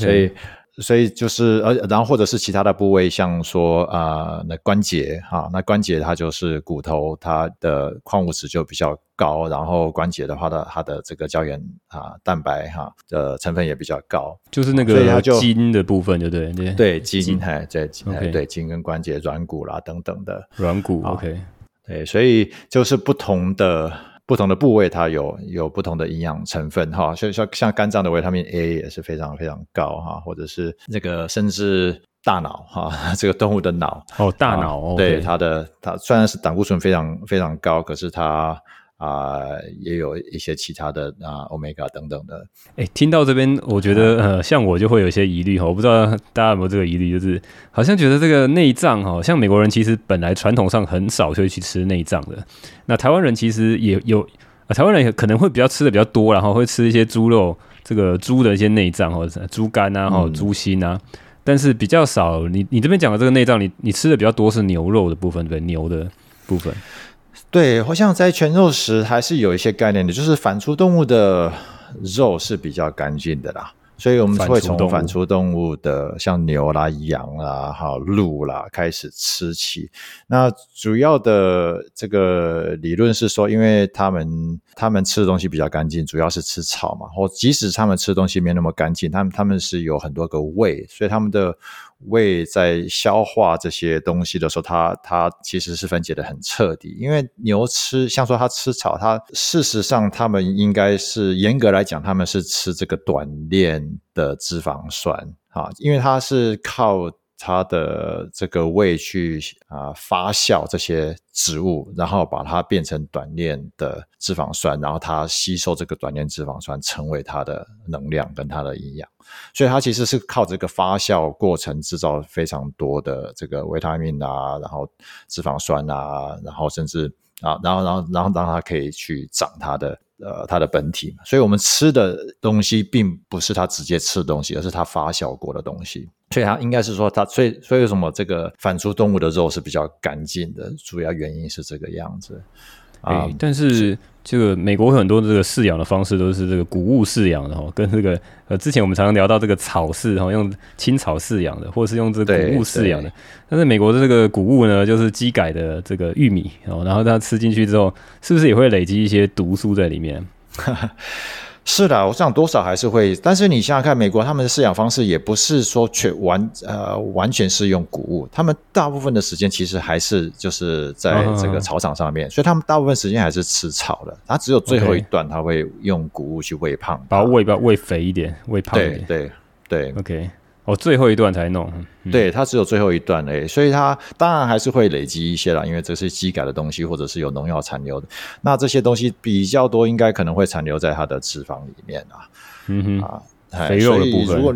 所以所以就是呃，然后或者是其他的部位，像说啊、呃，那关节哈，那关节它就是骨头，它的矿物质就比较高，然后关节的话的它的这个胶原啊蛋白哈的成分也比较高， 就是那个筋的部分，对不对？对对，筋还对， okay 对筋跟关节、软骨啦等等的软骨 ，OK， 对，所以就是不同的。不同的部位它有有不同的营养成分哈，所以像像肝脏的维他命 A 也是非常非常高哈，或者是这个甚至大脑哈，这个动物的脑哦，大脑、 啊、对、okay、它的它虽然是胆固醇非常非常高，可是它啊、呃、也有一些其他的啊 omega 等等的。 哎，听到这边，我觉得、嗯、呃，像我就会有一些疑虑哈，我不知道大家有没有这个疑虑，就是好像觉得这个内脏哈，像美国人其实本来传统上很少会去吃内脏的，那台湾人其实也有，呃、台湾人可能会比较吃的比较多，然后会吃一些猪肉，这个猪的一些内脏或者猪肝啊，或者猪心啊。嗯，但是比较少，你你这边讲的这个内脏，你你吃的比较多是牛肉的部分，对不对？牛的部分。 对，好像在全肉食还是有一些概念的，就是反刍动物的肉是比较干净的啦，所以我们会从反刍动物的像牛啦、羊啦、好鹿啦开始吃起。那主要的这个理论是说，因为他们他们吃的东西比较干净，主要是吃草嘛，或即使他们吃的东西没那么干净，他们他们是有很多个胃，所以他们的胃在消化这些东西的时候，它它其实是分解的很彻底。因为牛吃，像说它吃草，它事实上他们应该是严格来讲，他们是吃这个短链的脂肪酸啊，因为它是靠它的这个胃去啊、呃、发酵这些植物，然后把它变成短链的脂肪酸，然后它吸收这个短链脂肪酸，成为它的能量跟它的营养。所以它其实是靠这个发酵过程制造非常多的这个维他命啊，然后脂肪酸啊，然后甚至啊，然后然后然后让它可以去长它的呃它的本体。所以我们吃的东西并不是它直接吃的东西，而是它发酵过的东西。所以它应该是说它，所以所以为什么这个反刍动物的肉是比较干净的，主要原因是这个样子。 欸嗯、但是这个美国很多这个饲养的方式都是这个谷物饲养的哈，跟这个呃之前我们常常聊到这个草饲哈，用青草饲养的，或者是用这个谷物饲养的。但是美国的这个谷物呢，就是基改的这个玉米哦，然后它吃进去之后，是不是也会累积一些毒素在里面？ 是的，我想多少还是会，但是你想想看，美国他们的饲养方式也不是说全完呃完全是用谷物，他们大部分的时间其实还是就是在这个草场上面，哦、所以他们大部分时间还是吃草的，他只有最后一段他会用谷物去喂胖， 把它喂把喂肥一点，喂胖一点， 对对对 ，OK。哦，最后一段才弄， 嗯、对，它只有最后一段而已，所以它当然还是会累积一些啦，因为这是基改的东西，或者是有农药残留的。那这些东西比较多，应该可能会残留在它的脂肪里面啊。 嗯哼， 啊， 肥肉的部分。 如果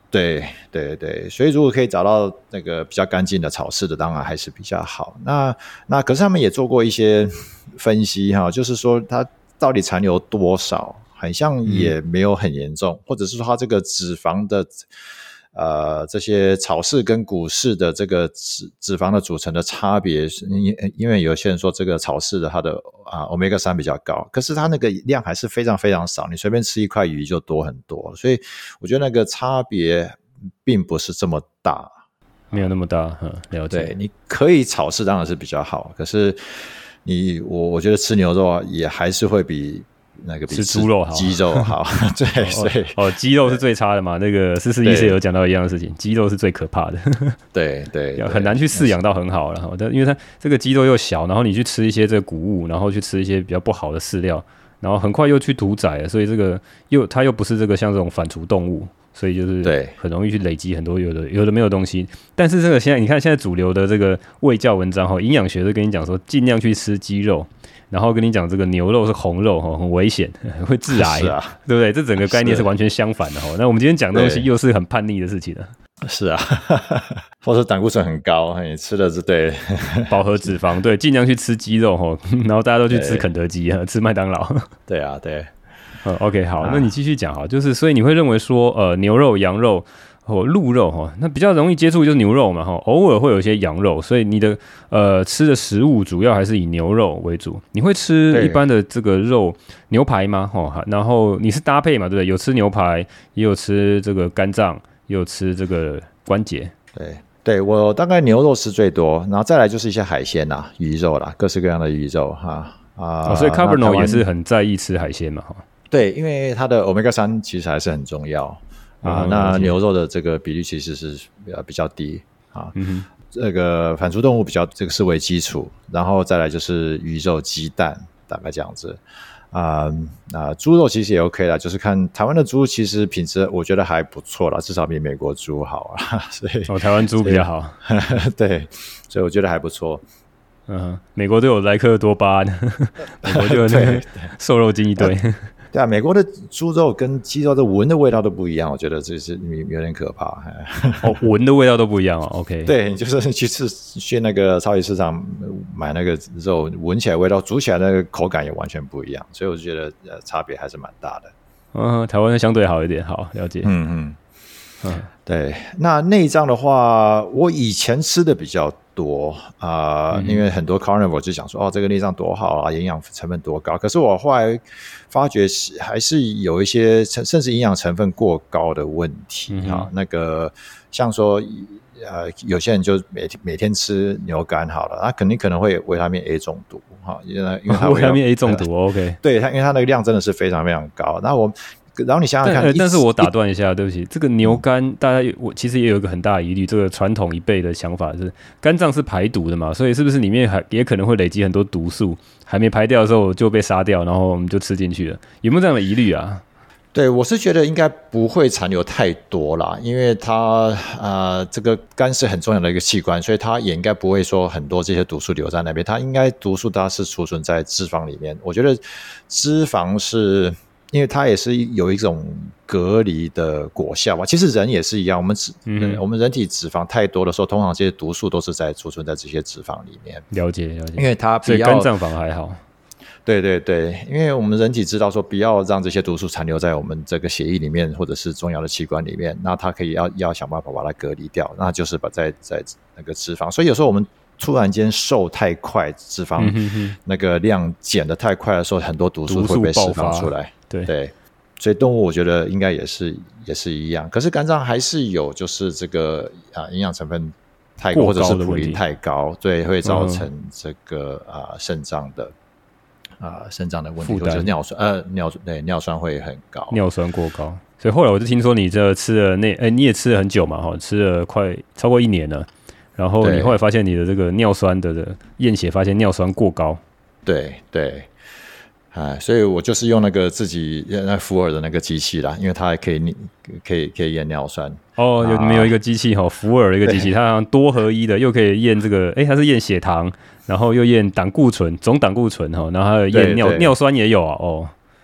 对对对，所以如果可以找到那个比较干净的草饲的，当然还是比较好。那那可是他们也做过一些分析哈，就是说它到底残留多少，好像也没有很严重，嗯、或者是说它这个脂肪的呃这些草饲跟谷饲的这个脂脂肪的组成的差别，因因为有些人说这个草饲的它的啊 omega 三比较高，可是它那个量还是非常非常少，你随便吃一块鱼就多很多，所以我觉得那个差别并不是这么大， 没有那么大，嗯，了解。 对，你可以草饲当然是比较好，可是你我我觉得吃牛肉啊也还是会比那个比吃猪肉好， 鸡肉好，对，所以哦，鸡肉是最差的嘛？那个思思医师有讲到一样的事情，鸡肉是最可怕的， 对对， 很难去饲养到很好了。因为它这个鸡肉又小，然后你去吃一些这个谷物，然后去吃一些比较不好的饲料，然后很快又去屠宰了，所以这个又它又不是这个像这种反刍动物，所以就是对很容易去累积很多有的有的没有东西。但是这个现在你看现在主流的这个卫教文章哈，营养学是跟你讲说尽量去吃鸡肉。然后跟你讲，这个牛肉是红肉，很危险，会致癌，啊、对不对？这整个概念是完全相反的。那我们今天讲的东西又是很叛逆的事情了。 是啊，或者胆固醇很高，你吃的是对饱和脂肪，对，尽量去吃鸡肉，然后大家都去吃肯德基，吃麦当劳。 对啊，对。 呃 OK， 好，啊、那你继续讲哈，就是所以你会认为说，呃，牛肉、羊肉。或鹿肉哈，那比较容易接触就是牛肉嘛哈，偶尔会有一些羊肉，所以你的呃吃的食物主要还是以牛肉为主。你会吃一般的这个肉牛排吗？哈，然后你是搭配嘛，对不对？有吃牛排，也有吃这个肝脏，也有吃这个关节。 对，对我大概牛肉吃最多，然后再来就是一些海鲜啦、鱼肉啦，各式各样的鱼肉哈啊、 哦。所以 Cabernet 也是很在意吃海鲜嘛哈。 对，因为它的 omega 三其实还是很重要。啊，那牛肉的这个比率其实是比较低啊。嗯、这个反刍动物比较这个视为基础，然后再来就是鱼肉、鸡蛋，大概这样子。啊、呃、啊，猪肉其实也 OK 啦，就是看台湾的猪其实品质我觉得还不错啦，至少比美国猪好啊。所以哦，台湾猪比较好， 对，所以我觉得还不错。 嗯，美国都有莱克多巴胺，美国就有那个瘦肉精一堆。 对啊，美国的猪肉跟鸡肉的闻的味道都不一样，我觉得这是有点可怕。 哦，闻的味道都不一样哦。OK， 对，就是去吃去那个超级市场买那个肉，闻起来味道，煮起来那个口感也完全不一样，所以我就觉得呃差别还是蛮大的。 嗯，台湾相对好一点，好了解。 嗯嗯嗯，对。那内脏的话，我以前吃的比较多啊、呃嗯，因为很多 carnivore 就讲说哦，这个内脏多好啊，营养成分多高。可是我后来发觉还是有一些甚至营养成分过高的问题啊、嗯。那个像说呃，有些人就每每天吃牛肝好了，他肯定可能会维他命 A 中毒哈，因为因为它维他命 A 中毒、呃、，OK， 对它，因为它那个量真的是非常非常高。那我。然后你想想看， 但, 但是我打断一下，对不起，这个牛肝，嗯、大家我其实也有一个很大的疑虑，这个传统一辈的想法是肝脏是排毒的嘛，所以是不是里面还也可能会累积很多毒素，还没排掉的时候就被杀掉，然后我们就吃进去了，有没有这样的疑虑啊？ 对，我是觉得应该不会残留太多啦，因为它呃，这个肝是很重要的一个器官，所以它也应该不会说很多这些毒素留在那边，它应该毒素它是储存在脂肪里面。我觉得脂肪是。因为它也是有一种隔离的果效吧，其实人也是一样，我们脂、嗯、我们人体脂肪太多的时候，通常这些毒素都是在储存在这些脂肪里面。 了解了解， 因为它所以肝脏反而还好。 对对对，因为我们人体知道说不要让这些毒素残留在我们这个血液里面或者是重要的器官里面，那它可以要要想办法把它隔离掉，那就是把在在那个脂肪，所以有时候我们突然间瘦太快，脂肪那个量减得太快的时候，很多毒素会被释放出来。对对，所以动物我觉得应该也是也是一样，可是肝脏还是有就是这个啊营养成分太高或者是普林太高，对，会造成这个啊肾脏的啊肾脏的问题，或者尿酸呃尿对尿酸会很高， 尿酸过高。所以后来我就听说你这吃了那哎你也吃了很久嘛哈，吃了快超过一年了，然后你后来发现你的这个尿酸的的验血发现尿酸过高， 对对。啊，所以我就是用那个自己那福尔的那个机器啦，因为它还可以可以可以验尿酸。 哦，有你们有一个机器哈，福尔的一个机器，它好像多合一的，又可以验这个，哎，它是验血糖，然后又验胆固醇，总胆固醇哈，然后还有验尿尿酸也有啊，哦。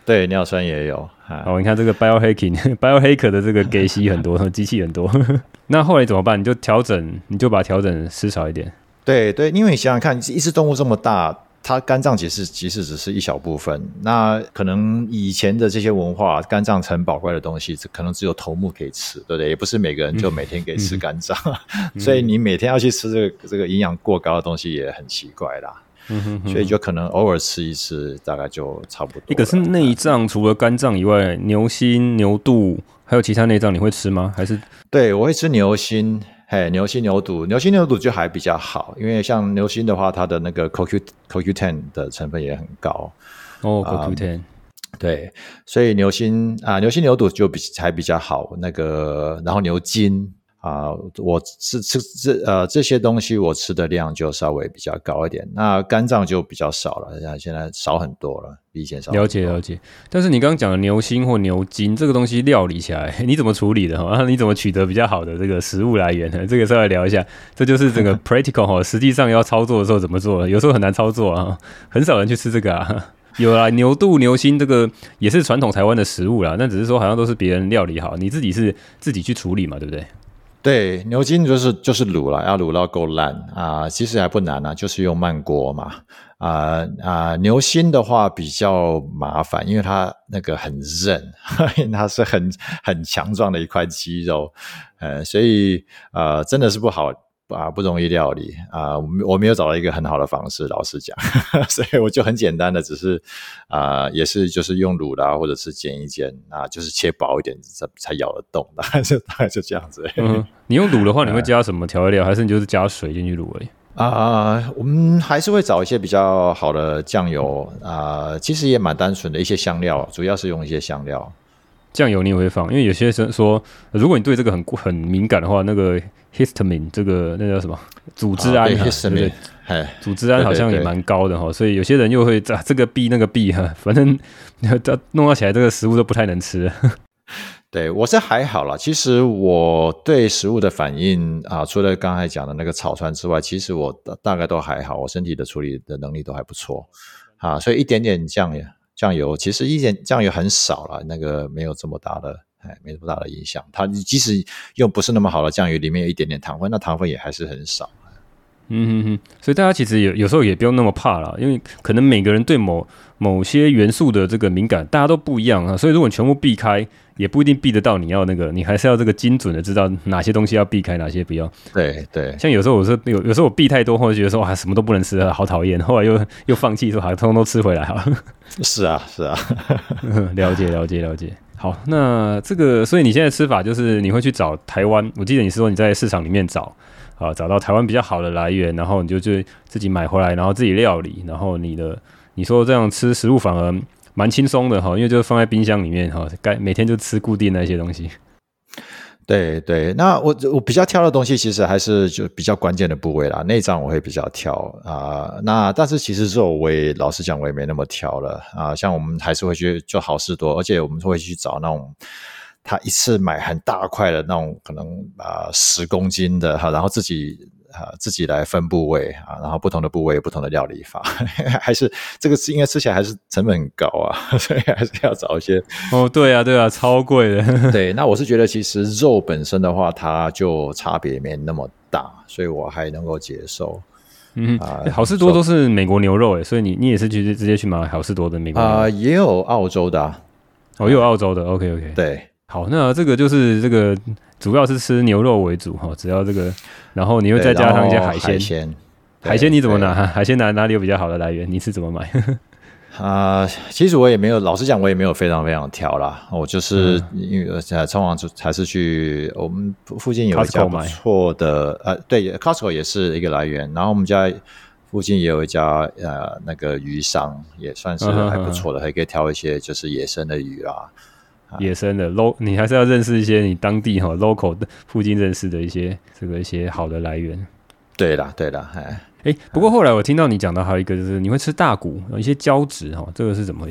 对，尿酸也有。 哦，你看这个 biohacking biohacker 的这个给息很多，机器很多。那后来怎么办？你就调整，你就把它调整吃少一点。 对对，因为你想想看，一只动物这么大，它肝脏其实其实只是一小部分。那可能以前的这些文化，肝脏很宝贵的东西，可能只有头目可以吃，对不对？也不是每个人就每天可以吃肝脏，嗯、所以你每天要去吃这个这个营养过高的东西也很奇怪啦。嗯、哼哼所以就可能偶尔吃一次，大概就差不多了。 一个是内脏，除了肝脏以外，牛心、牛肚还有其他内脏，你会吃吗？还是？ 对，我会吃牛心。嘿，牛心牛肚，牛心牛肚就还比较好，因为像牛心的话，它的那个 C O Q C O Q 十 的成分也很高。 哦 ，C O Q 十、嗯， 对，所以牛心啊，牛心牛肚就比还比较好。那个，然后牛筋啊，我吃吃这呃这些东西，我吃的量就稍微比较高一点。那肝脏就比较少了，现在少很多了，比以前少很多。 了解了解。但是你刚刚讲的牛心或牛筋这个东西料理起来，你怎么处理的？哈，你怎么取得比较好的这个食物来源呢？这个稍微聊一下。这就是整个 practical 哈，实际上要操作的时候怎么做？有时候很难操作啊，很少人去吃这个啊。有啦，牛肚、牛心这个也是传统台湾的食物啦，但只是说好像都是别人料理好，你自己是自己去处理嘛，对不对？ 对，牛筋就是就是卤了，要卤到够烂啊，其实还不难啊，就是用慢锅嘛。啊啊，牛心的话比较麻烦，因为它那个很韧，因为它是很很强壮的一块肌肉，呃，所以呃真的是不好啊，不容易料理啊。我没有找到一个很好的方式，老实讲，所以我就很简单的，只是啊、呃，也是就是用卤啦，或者是煎一煎啊，就是切薄一点才才咬得动，大概就大概就这样子。 嗯，你用卤的话，你会加什么调味料？还是你就是加水进去卤而已？ 啊、呃，我们还是会找一些比较好的酱油啊、呃，其实也蛮单纯的一些香料，主要是用一些香料。 酱油你也会放，因为有些人说，如果你对这个很很敏感的话，那个 histamine 这个那叫什么组织胺、啊，对不对？组织胺好像也蛮高的哈，所以有些人又会这这个避那个避哈，反正弄到起来这个食物都不太能吃。 对，我是还好啦，其实我对食物的反应啊，除了刚才讲的那个草川之外，其实我大概都还好，我身体的处理的能力都还不错啊，所以一点点酱油。酱油其实一点酱油很少了，那个没有这么大的，哎，没这么大的影响。它即使用不是那么好的酱油，里面有一点点糖分，那糖分也还是很少。 嗯哼哼，所以大家其实有有时候也不用那么怕啦，因为可能每个人对某某些元素的这个敏感，大家都不一样啊。所以如果你全部避开，也不一定避得到你要那个，你还是要这个精准的知道哪些东西要避开，哪些不要。 对对， 像有时候我是有有时候我避太多，或者觉得说啊什么都不能吃，好讨厌，后来又又放弃说好，通通都吃回来好了。 是啊是啊， 了解了解了解。好，那这个所以你现在吃法就是你会去找台湾，我记得你是说你在市场里面找。啊，找到台湾比较好的来源，然后你就就自己买回来，然后自己料理，然后你的你说这样吃食物反而蛮轻松的哈，因为就放在冰箱里面哈，该每天就吃固定那些东西。 对对，那我我比较挑的东西其实还是就比较关键的部位啦，内脏我会比较挑啊、呃。那但是其实肉我也老实讲我也没那么挑了啊、呃。像我们还是会去做好事多，而且我们会去找那种。他一次买很大块的那种，可能啊十公斤的哈，然后自己啊自己来分部位啊，然后不同的部位不同的料理法，还是这个是应该吃起来还是成本很高啊，所以还是要找一些哦，对啊对啊，超贵的。 对，那我是觉得其实肉本身的话，它就差别没那么大，所以我还能够接受。 嗯、呃欸，好事多都是美国牛肉诶，所以你你也是去直接去买好事多的美国牛肉啊、呃，也有澳洲的、啊， 哦，也有澳洲的 ，OK OK， 对。 好，那这个就是这个主要是吃牛肉为主哈，只要这个，然后你会再加上一些海鲜。 海鲜， 海鲜你怎么拿？海鲜哪哪里有比较好的来源？你是怎么买？ 啊、呃，其实我也没有，老实讲，我也没有非常非常挑啦。我就是、嗯、因为呃，通常还是去我们附近有一家不错的，呃，对 ，Costco 也是一个来源。然后我们家附近也有一家呃那个鱼商，也算是还不错的，还可以挑一些就是野生的鱼啊。 野生的 low， 你还是要认识一些你当地哈 local 的附近认识的一些这个一些好的来源。 对啦，对啦，哎哎，不过后来我听到你讲到还有一个就是你会吃大骨，有一些胶质哈，这个是怎么回事？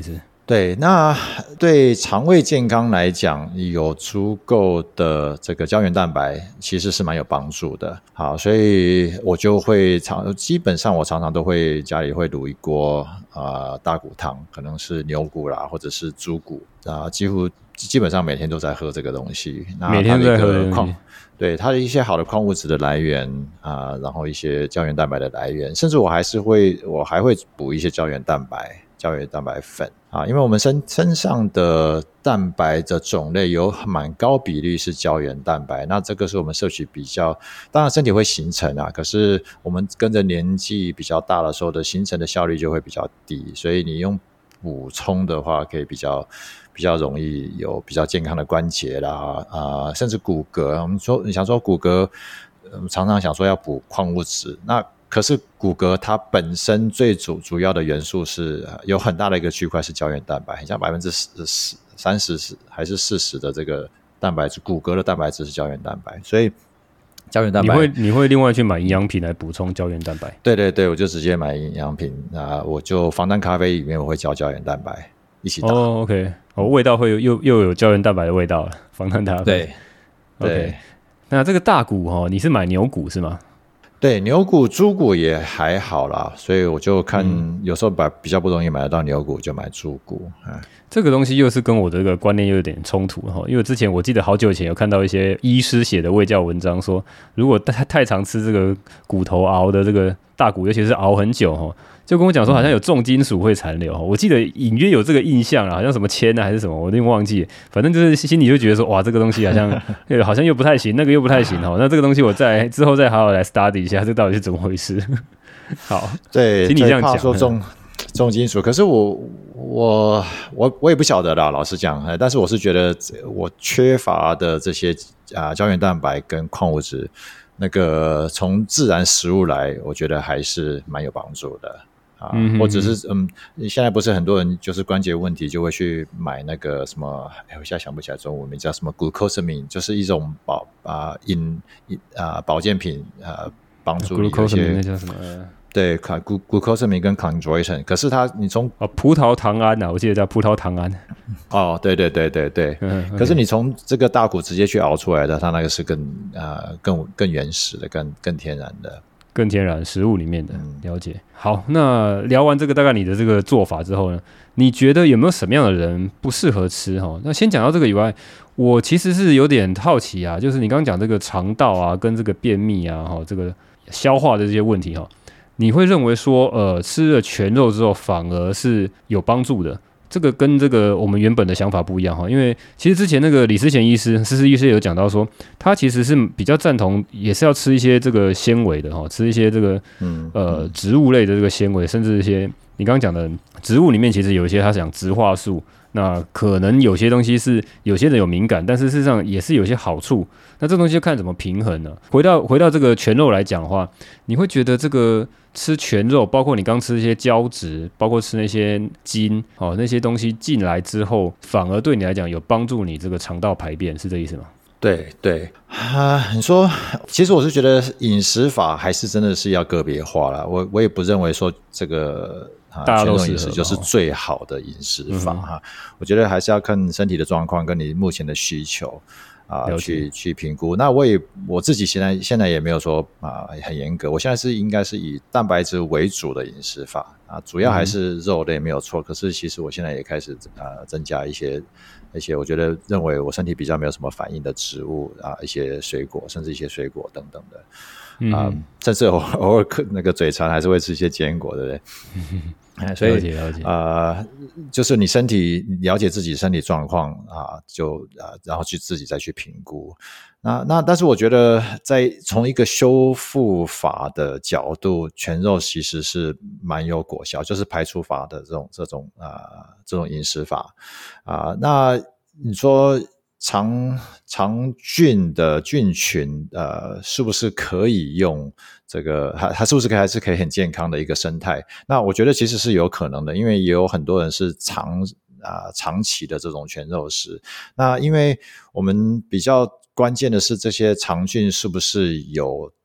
对，那对肠胃健康来讲，有足够的这个胶原蛋白其实是蛮有帮助的。好，所以我就会常基本上我常常都会家里会卤一锅呃大骨汤，可能是牛骨啦，或者是猪骨啊、呃，几乎基本上每天都在喝这个东西。那每天都在喝这个东西。 对它的一些好的矿物质的来源啊、呃，然后一些胶原蛋白的来源，甚至我还是会我还会补一些胶原蛋白。胶原蛋白粉啊，因为我们身身上的蛋白的种类有蛮高比例是胶原蛋白，那这个是我们摄取比较，当然身体会形成啊，可是我们跟着年纪比较大的时候的形成的效率就会比较低，所以你用补充的话，可以比较比较容易有比较健康的关节啦，啊、呃，甚至骨骼。我们说你想说骨骼，呃、常常想说要补矿物质，那可是骨骼它本身最主主要的元素是、呃、有很大的一个区块是胶原蛋白，很像百分之十、三十还是四十的这个蛋白质，骨骼的蛋白质是胶原蛋白，所以胶原蛋白你会你会另外去买营养品来补充胶原蛋白？ 对对对，我就直接买营养品啊、呃，我就防弹咖啡里面我会加胶原蛋白一起打。 哦 ，OK， 哦，味道会有又又有胶原蛋白的味道了，防弹咖啡。 对 ，OK 对。 那这个大骨哦，你是买牛骨是吗？ 对，牛骨、猪骨也还好啦，所以我就看、嗯、有时候把比较不容易买得到牛骨，就买猪骨。嗯， 这个东西又是跟我的这个观念又有点冲突哈，因为之前我记得好久以前有看到一些医师写的卫教文章说，如果太太常吃这个骨头熬的这个大骨，尤其是熬很久哈，就跟我讲说好像有重金属会残留。我记得隐约有这个印象啦，好像什么铅啊还是什么，我有点忘记，反正就是心里就觉得说，哇，这个东西好像好像又不太行，那个又不太行哈。那这个东西我再之后再好好来 study 一下，这到底是怎么回事？好， 对， 听你这样讲， 说重重金属，可是我我我我也不晓得啦，老实讲，但是我是觉得我缺乏的这些啊胶原蛋白跟矿物质，那个从自然食物来，我觉得还是蛮有帮助的。啊，嗯、或者是嗯，现在不是很多人就是关节问题就会去买那个什么，哎，我现在想不起来中文名叫什么 glucosamine， 就是一种保啊饮啊保健品啊，帮助你一些那叫什么？ 对 ，glucosamine 跟 chondroitin， 可是它你从哦葡萄糖胺啊，我记得叫葡萄糖胺。 哦，对对对对对，嗯 okay、可是你从这个大骨直接去熬出来的，它那个是更啊、呃、更更原始的，更更天然的。 更天然食物里面的了解。好，那聊完这个大概你的这个做法之后呢，你觉得有没有什么样的人不适合吃哈？那先讲到这个以外，我其实是有点好奇啊，就是你刚刚讲这个肠道啊，跟这个便秘啊，哈，这个消化的这些问题哈，你会认为说，呃，吃了全肉之后反而是有帮助的？这个跟这个我们原本的想法不一样哈，因为其实之前那个李思贤医师、思思医师有讲到说，他其实是比较赞同，也是要吃一些这个纤维的哈，吃一些这个呃植物类的这个纤维，甚至一些你刚刚讲的植物里面，其实有一些他讲植化素，那可能有些东西是有些人有敏感，但是事实上也是有些好处。那这东西就看怎么平衡了。回到回到这个全肉来讲的话，你会觉得这个吃全肉，包括你刚吃一些胶质，包括吃那些筋，哦，那些东西进来之后，反而对你来讲有帮助你这个肠道排便，是这意思吗？ 对对啊，你说，其实我是觉得饮食法还是真的是要个别化啦。我我也不认为说这个啊大家都全肉饮食就是最好的饮食法哈、嗯。我觉得还是要看身体的状况跟你目前的需求。啊，去去评估。那我也我自己现在现在也没有说啊很严格，我现在是应该是以蛋白质为主的饮食法啊，主要还是肉类没有错。嗯、可是其实我现在也开始啊增加一些一些我觉得认为我身体比较没有什么反应的植物啊，一些水果，甚至一些水果等等的。啊、嗯，甚至偶偶尔那个嘴馋还是会吃一些坚果，对不对？嗯、所以了解了解呃，就是你身体了解自己身体状况啊，就啊，然后去自己再去评估。那那但是我觉得，在从一个修复法的角度，全肉其实是蛮有果效，就是排除法的这种这种啊、呃、这种饮食法啊、呃。那你说？肠肠菌的菌群，呃，是不是可以用这个？它它是不是可以还是可以很健康的一个生态？那我觉得其实是有可能的，因为也有很多人是长啊、呃、长期的这种全肉食。那因为我们比较关键的是这些肠菌是不是有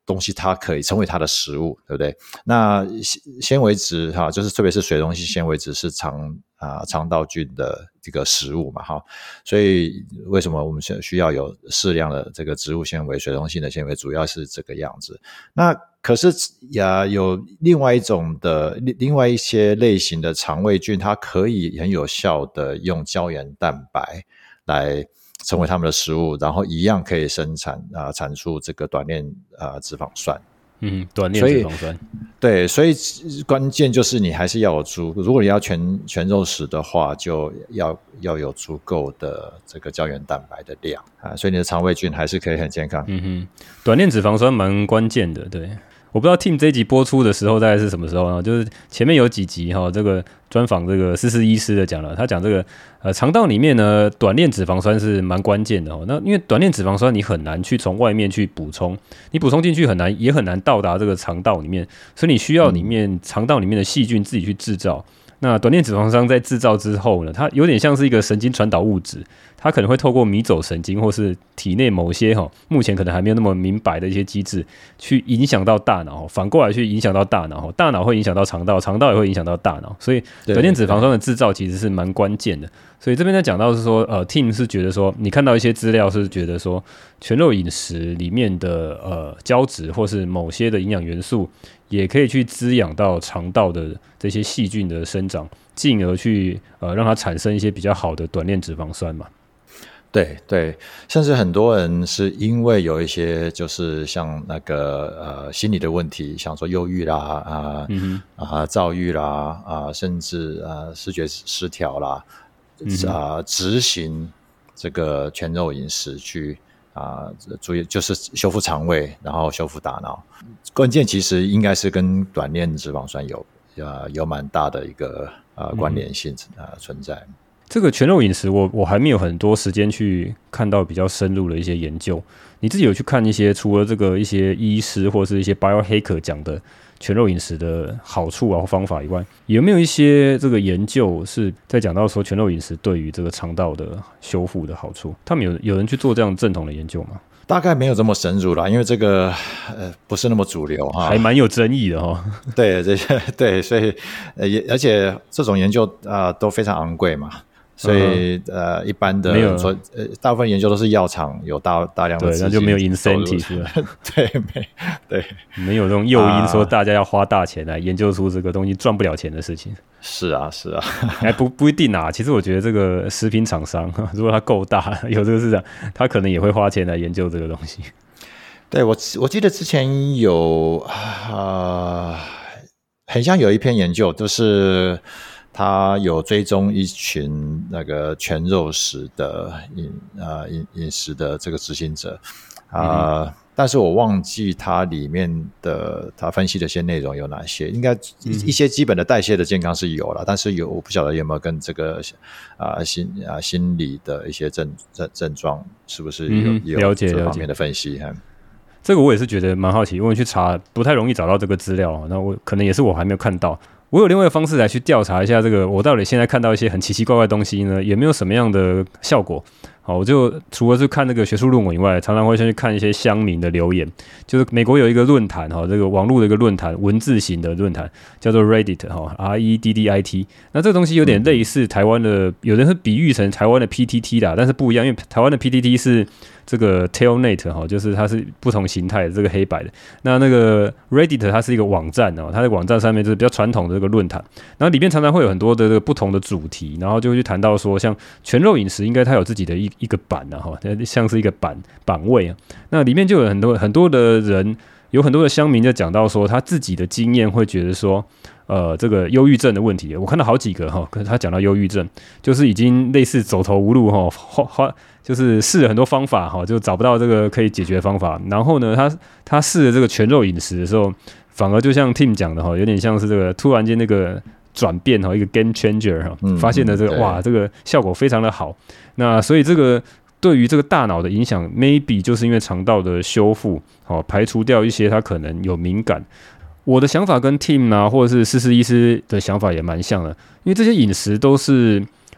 东西它可以成为它的食物，对不对？那纤维质哈，就是特别是水溶性纤维质是肠啊、呃、肠道菌的这个食物嘛哈，所以为什么我们需要有适量的这个植物纤维、水溶性的纤维，主要是这个样子。那可是呀，有另外一种的另外一些类型的肠胃菌，它可以很有效的用胶原蛋白来成为他们的食物，然后一样可以生产啊、呃、产出这个短链啊、呃、脂肪酸。 嗯，短链脂肪酸。 对，所以关键就是你还是要有足，如果你要全全肉食的话，就要要有足够的这个胶原蛋白的量啊，所以你的肠胃菌还是可以很健康。 嗯哼，短链脂肪酸蛮关键的，对。我不知道 Tim 这一集播出的时候大概是什么时候呢？就是前面有几集哈，这个专访这个思思医师的讲了，他讲这个呃肠道里面呢，短链脂肪酸是蛮关键的哦。那因为短链脂肪酸你很难去从外面去补充，你补充进去很难，也很难到达这个肠道里面，所以你需要里面肠道里面的细菌自己去制造。那短链脂肪酸在制造之后呢，它有点像是一个神经传导物质，它可能会透过迷走神经或是体内某些齁目前可能还没有那么明白的一些机制，去影响到大脑，反过来去影响到大脑，大脑会影响到肠道，肠道也会影响到大脑，所以短链脂肪酸的制造其实是蛮关键的。所以这边在讲到是说，呃 ，Tim 是觉得说，你看到一些资料是觉得说，全肉饮食里面的呃胶质或是某些的营养元素，也可以去滋养到肠道的这些细菌的生长，进而去呃让它产生一些比较好的短链脂肪酸嘛。 对对，甚至很多人是因为有一些就是像那个呃心理的问题，像说忧郁啦啊、嗯、啊躁郁啦啊，甚至啊视觉失调啦啊，执行这个全肉饮食去啊，注意就是修复肠胃，然后修复大脑。关键其实应该是跟短链脂肪酸有呃有蛮大的一个呃关联性啊、呃、存在。 这个全肉饮食我，我还没有很多时间去看到比较深入的一些研究。你自己有去看一些除了这个一些医师或是一些 biohacker 讲的全肉饮食的好处啊或方法以外，有没有一些这个研究是在讲到说全肉饮食对于这个肠道的修复的好处？他们有有人去做这样正统的研究吗？ 大概没有这么深入啦，因为这个呃不是那么主流哈， 还蛮有争议的哈。 对，这些对，所以呃也而且这种研究啊、呃、都非常昂贵嘛。所以、嗯、呃，一般的说，呃，大部分研究都是药厂有大大量的资金， 对，那就没有 incentive 了。 对，没对， 没有这种诱因说大家要花大钱来研究出这个东西赚不了钱的事情。 是啊，是啊， 还不不一定啊。其实我觉得这个食品厂商，如果他够大，有这个市场，他可能也会花钱来研究这个东西。 对我，我记得之前有啊、呃，很像有一篇研究，就是。他有追踪一群那个全肉食的饮呃饮饮食的这个执行者啊、呃嗯，但是我忘记它里面的他分析的一些内容有哪些，应该一些基本的代谢的健康是有了，但是有我不晓得有没有跟这个啊、呃、心啊、呃、心理的一些症症症状是不是有、嗯、有了解这方面的分析哈。 这个我也是觉得蛮好奇，因为去查不太容易找到这个资料，那我可能也是我还没有看到。我有另外一个方式来去调查一下这个，我到底现在看到一些很奇奇怪怪的东西呢，有没有什么样的效果？好，我就除了是看那个学术论文以外，常常会先去看一些乡民的留言。就是美国有一个论坛哈，这个网络的一个论坛，文字型的论坛，叫做 Reddit 哈 ，R E D D I T。那这个东西有点类似台湾的，有人会比喻成台湾的 P T T 啦，但是不一样，因为台湾的 P T T 是这个 Telnet 哈，就是它是不同形态的这个黑白的。那那个 Reddit 它是一个网站哦，它的网站上面就是比较传统的这个论坛，然后里面常常会有很多的这个不同的主题，然后就会去谈到说，像全肉饮食应该它有自己的一一个版啊哈，像是一个版版位啊。那里面就有很多很多的人，有很多的乡民在讲到说，他自己的经验会觉得说。呃，这个忧郁症的问题，我看到好几个哈，可是他讲到忧郁症，就是已经类似走投无路哈，花就是试了很多方法哈，就找不到这个可以解决的方法。然后呢，他他试了这个全肉饮食的时候，反而就像 Tim 讲的哈，有点像是这个突然间那个转变哈，一个 game changer 哈，发现了这个、嗯、哇，这个效果非常的好。那所以这个对于这个大脑的影响 ，maybe 就是因为肠道的修复，好排除掉一些他可能有敏感。我的想法跟 Tim 啊，或者是思思医师的想法也蛮像的，因为这些饮食都是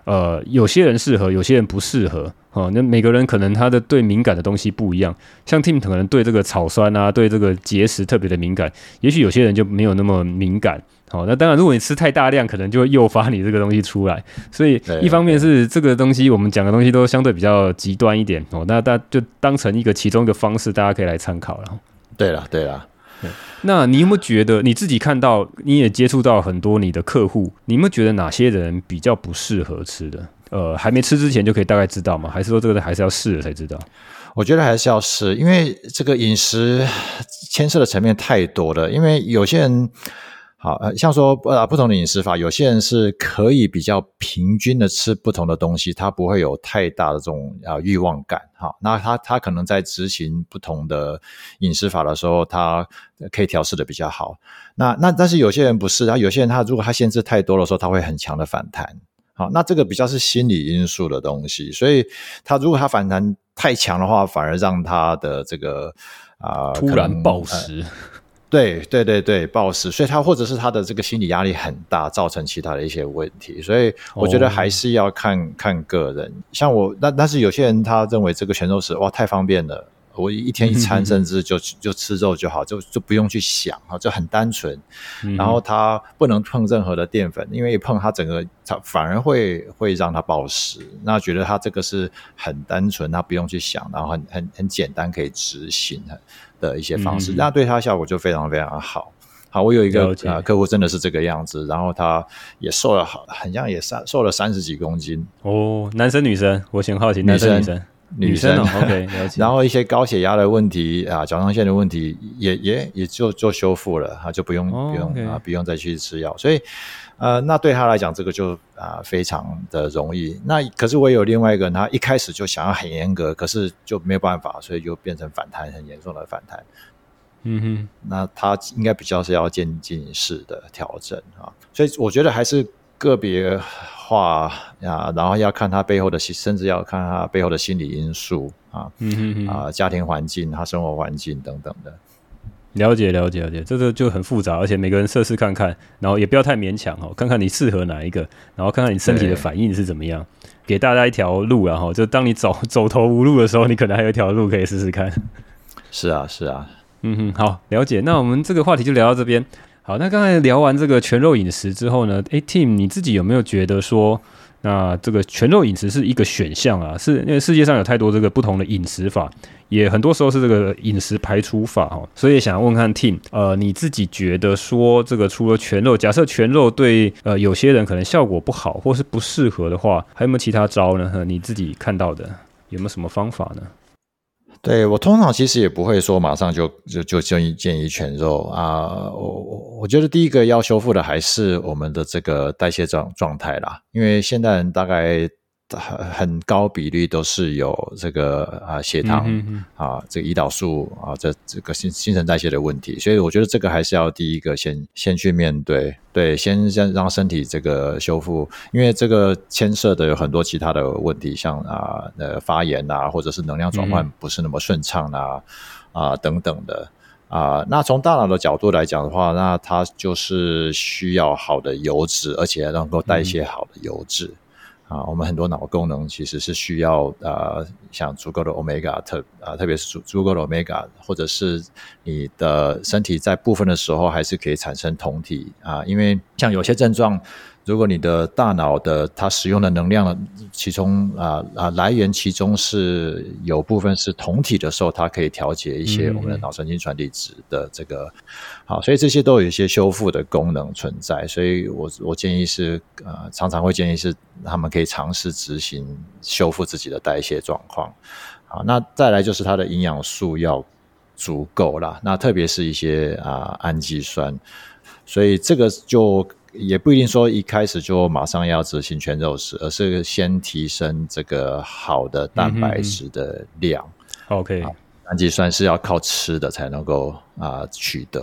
呃，有些人适合，有些人不适合。哦，那每个人可能他的对敏感的东西不一样，像 Tim 可能对这个草酸啊，对这个结石特别的敏感，也许有些人就没有那么敏感。好、哦，那当然，如果你吃太大量，可能就会诱发你这个东西出来。所以，一方面是这个东西，我们讲的东西都相对比较极端一点哦，那大家就当成一个其中一个方式，大家可以来参考了。 对了，对了。 那你有没有觉得你自己看到，你也接触到很多你的客户，你有没有觉得哪些人比较不适合吃的？呃，还没吃之前就可以大概知道吗？还是说这个还是要试了才知道？ 我觉得还是要试，因为这个饮食牵涉的层面太多了。因为有些人，好，呃，像说呃不同的饮食法，有些人是可以比较平均的吃不同的东西，他不会有太大的这种呃欲望感。好，那他他可能在执行不同的饮食法的时候，他可以调试的比较好。那那但是有些人不是，他有些人他如果他限制太多的时候，他会很强的反弹。好，那这个比较是心理因素的东西，所以他如果他反弹太强的话，反而让他的这个啊、呃、 突然暴食、呃， 对对对对，暴食，所以他或者是他的这个心理压力很大，造成其他的一些问题，所以我觉得还是要看、哦、看个人。像我，但但是有些人他认为这个全肉食哇太方便了。我一天一餐，甚至就就吃肉就好，就就不用去想，就很单纯。然后他不能碰任何的淀粉，因为一碰他整个反而会会让他暴食。那觉得他这个是很单纯，他不用去想，然后很很很简单可以执行的一些方式，嗯、那对他效果就非常非常好。好，我有一个、呃、客户真的是这个样子，然后他也瘦了，很像也瘦了三十几公斤。 哦，男生女生？我很好奇，男生女生？ 女生, 女生、 哦、OK 了解。 然后一些高血压的问题啊，甲状腺的问题也也也就就修复了，他就不用、oh, 不用、okay. 啊不用再去吃药，所以呃那对他来讲这个就啊非常的容易。那可是我也有另外一个人，他一开始就想要很严格，可是就没有办法，所以就变成反弹，很严重的反弹。 嗯哼， 那他应该比较是要渐进式的调整啊，所以我觉得还是个别化啊，然后要看他背后的，甚至要看他背后的心理因素啊， 嗯哼哼啊，家庭环境、他生活环境等等的。 了解了解了解，这个就很复杂，而且每个人测试看看，然后也不要太勉强哦，看看你适合哪一个，然后看看你身体的反应是怎么样，给大家一条路啦齁，就当你走走投无路的时候，你可能还有一条路可以试试看。 是啊是啊， 嗯哼，好，了解。那我们这个话题就聊到这边。好，那刚才聊完这个全肉饮食之后呢，诶 Tim 你自己有没有觉得说，那这个全肉饮食是一个选项啊？是因为世界上有太多这个不同的饮食法，也很多时候是这个饮食排除法哦，所以想要问看 Tim， 呃，你自己觉得说，这个除了全肉，假设全肉对呃有些人可能效果不好，或是不适合的话，还有没有其他招呢？你自己看到的有没有什么方法呢？ 对，我通常其实也不会说马上就就就建议建议全肉啊，我我觉得第一个要修复的还是我们的这个代谢状状态啦，因为现代人大概很高比例都是有这个啊血糖、嗯、哼哼啊这个胰岛素啊这这个新新陈代谢的问题，所以我觉得这个还是要第一个先先去面对，对，先先让身体这个修复，因为这个牵涉的有很多其他的问题，像啊呃发炎啊，或者是能量转换不是那么顺畅啊、嗯、啊等等的啊。那从大脑的角度来讲的话，那它就是需要好的油脂，而且能够代谢好的油脂。嗯啊，我们很多脑功能其实是需要呃，像足够的 omega 特啊，特别是足足够的 omega， 或者是你的身体在部分的时候还是可以产生酮体啊，因为像有些症状，如果你的大脑的它使用的能量其中啊啊来源其中是有部分是酮体的时候，它可以调节一些我们的脑神经传递质的这个。好，所以这些都有一些修复的功能存在，所以我我建议是呃，常常会建议是他们可以尝试执行修复自己的代谢状况。好，那再来就是它的营养素要足够啦，那特别是一些啊、呃、氨基酸，所以这个就也不一定说一开始就马上要执行全肉食，而是先提升这个好的蛋白质的量。 嗯、OK。 氨基酸是要靠吃的才能够啊、呃、取得的。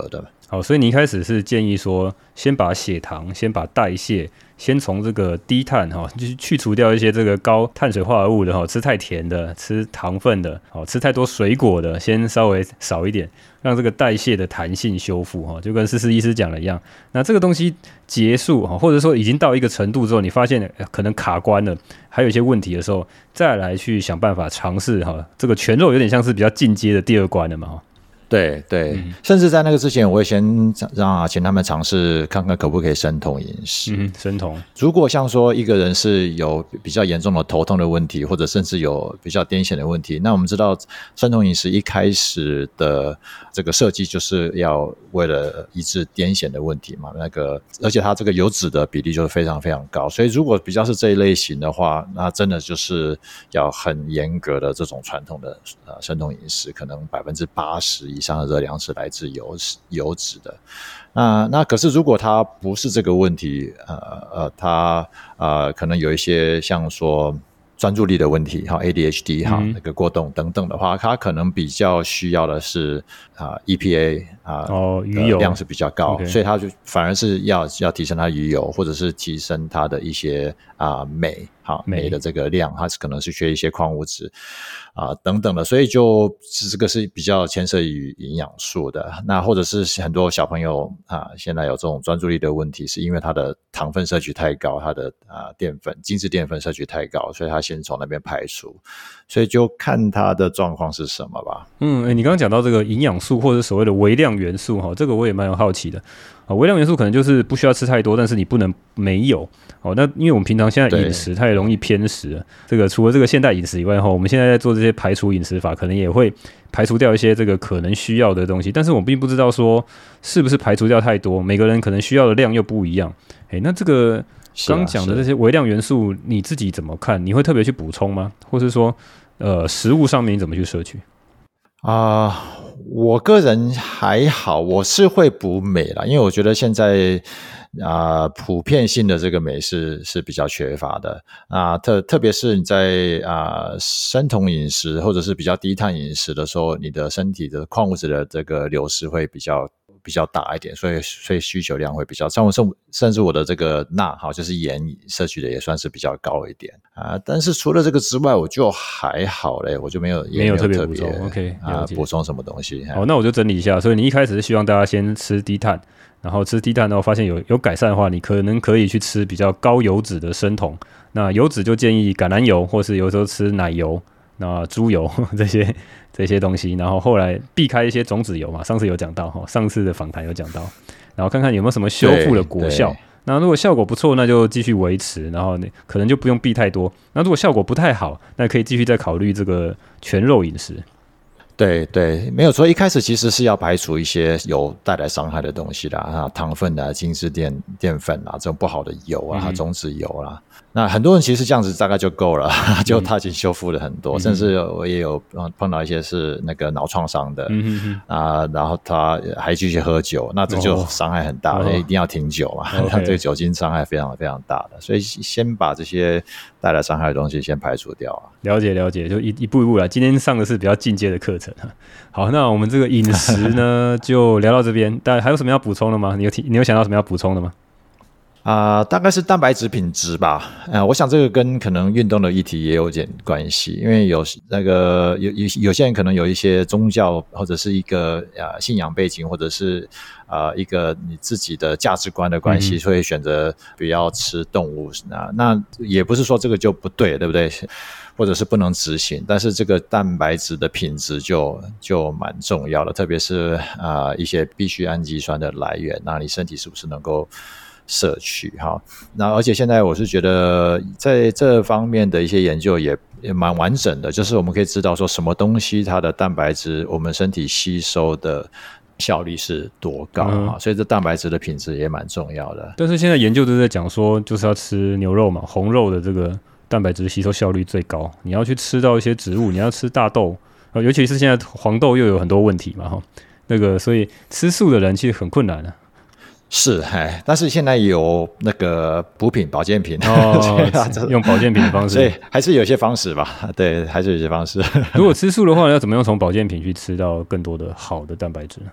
好，所以你一开始是建议说，先把血糖，先把代谢，先从这个低碳哈，就是去除掉一些这个高碳水化合物的哈，吃太甜的，吃糖分的，好，吃太多水果的，先稍微少一点，让这个代谢的弹性修复哈，就跟思思医师讲的一样。那这个东西结束哈，或者说已经到一个程度之后，你发现可能卡关了，还有一些问题的时候，再来去想办法尝试哈，这个全肉有点像是比较进阶的第二关了嘛哈。 对对、嗯，甚至在那个之前，我会先让请他们尝试看看可不可以生酮饮食。 嗯，生酮。 如果像说一个人是有比较严重的头痛的问题，或者甚至有比较癫痫的问题，那我们知道生酮饮食一开始的这个设计就是要为了医治癫痫的问题嘛。那个而且它这个油脂的比例就是非常非常高，所以如果比较是这一类型的话，那真的就是要很严格的这种传统的呃生酮饮食，可能百分之八十。以上的热量是来自油脂油脂的，那那可是如果它不是这个问题，呃呃，它呃可能有一些像说专注力的问题，哈 ，A D H D 哈、嗯，那个过动等等的话，它可能比较需要的是啊、呃、E P A 啊、呃、 哦鱼油量是比较高， okay. 所以它就反而是要要提升它鱼油，或者是提升它的一些啊、呃、镁。好，镁的这个量，它是可能是缺一些矿物质啊、呃、等等的，所以就这个是比较牵涉于营养素的。那或者是很多小朋友啊，现在有这种专注力的问题，是因为他的糖分摄取太高，他的啊淀粉精致淀粉摄取太高，所以他先从那边排除。所以就看他的状况是什么吧。 嗯，欸、你刚刚讲到这个营养素或者所谓的微量元素哈，这个我也蛮有好奇的。啊，微量元素可能就是不需要吃太多，但是你不能没有。哦，那因为我们平常现在饮食太容易偏食了，这个除了这个现代饮食以外哈，我们现在在做这些排除饮食法，可能也会排除掉一些这个可能需要的东西，但是我并不知道说是不是排除掉太多，每个人可能需要的量又不一样。哎，那这个刚讲的这些微量元素，你自己怎么看？你会特别去补充吗？或是说，呃，食物上面你怎么去摄取？ 啊、呃，我个人还好，我是会补镁啦，因为我觉得现在啊、呃，普遍性的这个镁是是比较缺乏的啊、呃，特特别是你在啊、呃、生酮饮食或者是比较低碳饮食的时候，你的身体的矿物质的这个流失会比较比较大一点，所以所以需求量会比较，像我甚甚至我的这个钠哈，就是盐摄取的也算是比较高一点啊。但是除了这个之外，我就还好嘞，我就没有没有特别补充 ，OK 啊，补充什么东西？ 好，那我就整理一下。所以你一开始是希望大家先吃低碳，然后吃低碳，然后发现有有改善的话，你可能可以去吃比较高油脂的生酮。那油脂就建议橄榄油，或是有时候吃奶油。那猪油这些这些东西，然后后来避开一些种子油嘛，上次有讲到哈，上次的访谈有讲到，然后看看有没有什么修复的果效。那如果效果不错，那就继续维持，然后可能就不用避太多。那如果效果不太好，那可以继续再考虑这个全肉饮食。 对对，没有错。一开始其实是要排除一些有带来伤害的东西啦，啊，糖分啊、精致淀淀粉啊，这种不好的油啊、嗯、种子油啦。那很多人其实这样子大概就够了，嗯、就他已经修复了很多，嗯、甚至我也有碰到一些是那个脑创伤的、嗯、啊，然后他还继续喝酒，那这就伤害很大，哦、一定要停酒嘛，哦、这个酒精伤害非常非常大的，所以先把这些带来伤害的东西先排除掉啊。 了解了解，就一一步一步来。今天上的是比较进阶的课程。好，那我们这个饮食呢，就聊到这边。大家还有什么要补充的吗？你有你有想到什么要补充的吗？ 啊、呃，大概是蛋白质品质吧。呃，我想这个跟可能运动的议题也有点关系，因为有那个有有有些人可能有一些宗教或者是一个呃信仰背景，或者是呃一个你自己的价值观的关系，嗯、所以选择不要吃动物。那那也不是说这个就不对，对不对？或者是不能执行，但是这个蛋白质的品质就就蛮重要的，特别是啊、呃、一些必需氨基酸的来源，那你身体是不是能够摄取哈？那而且现在我是觉得在这方面的一些研究也也蛮完整的，就是我们可以知道说什么东西它的蛋白质我们身体吸收的效率是多高、嗯、所以这蛋白质的品质也蛮重要的。 但是现在研究都在讲说，就是要吃牛肉嘛，红肉的这个蛋白质吸收效率最高，你要去吃到一些植物，你要吃大豆，尤其是现在黄豆又有很多问题嘛，那个所以吃素的人其实很困难啊。 是，哎，但是现在有那个补品、保健品， 哦，用保健品的方式， 所以还是有些方式吧。对，还是有些方式。 如果吃素的话，要怎么样从保健品去吃到更多的好的蛋白质？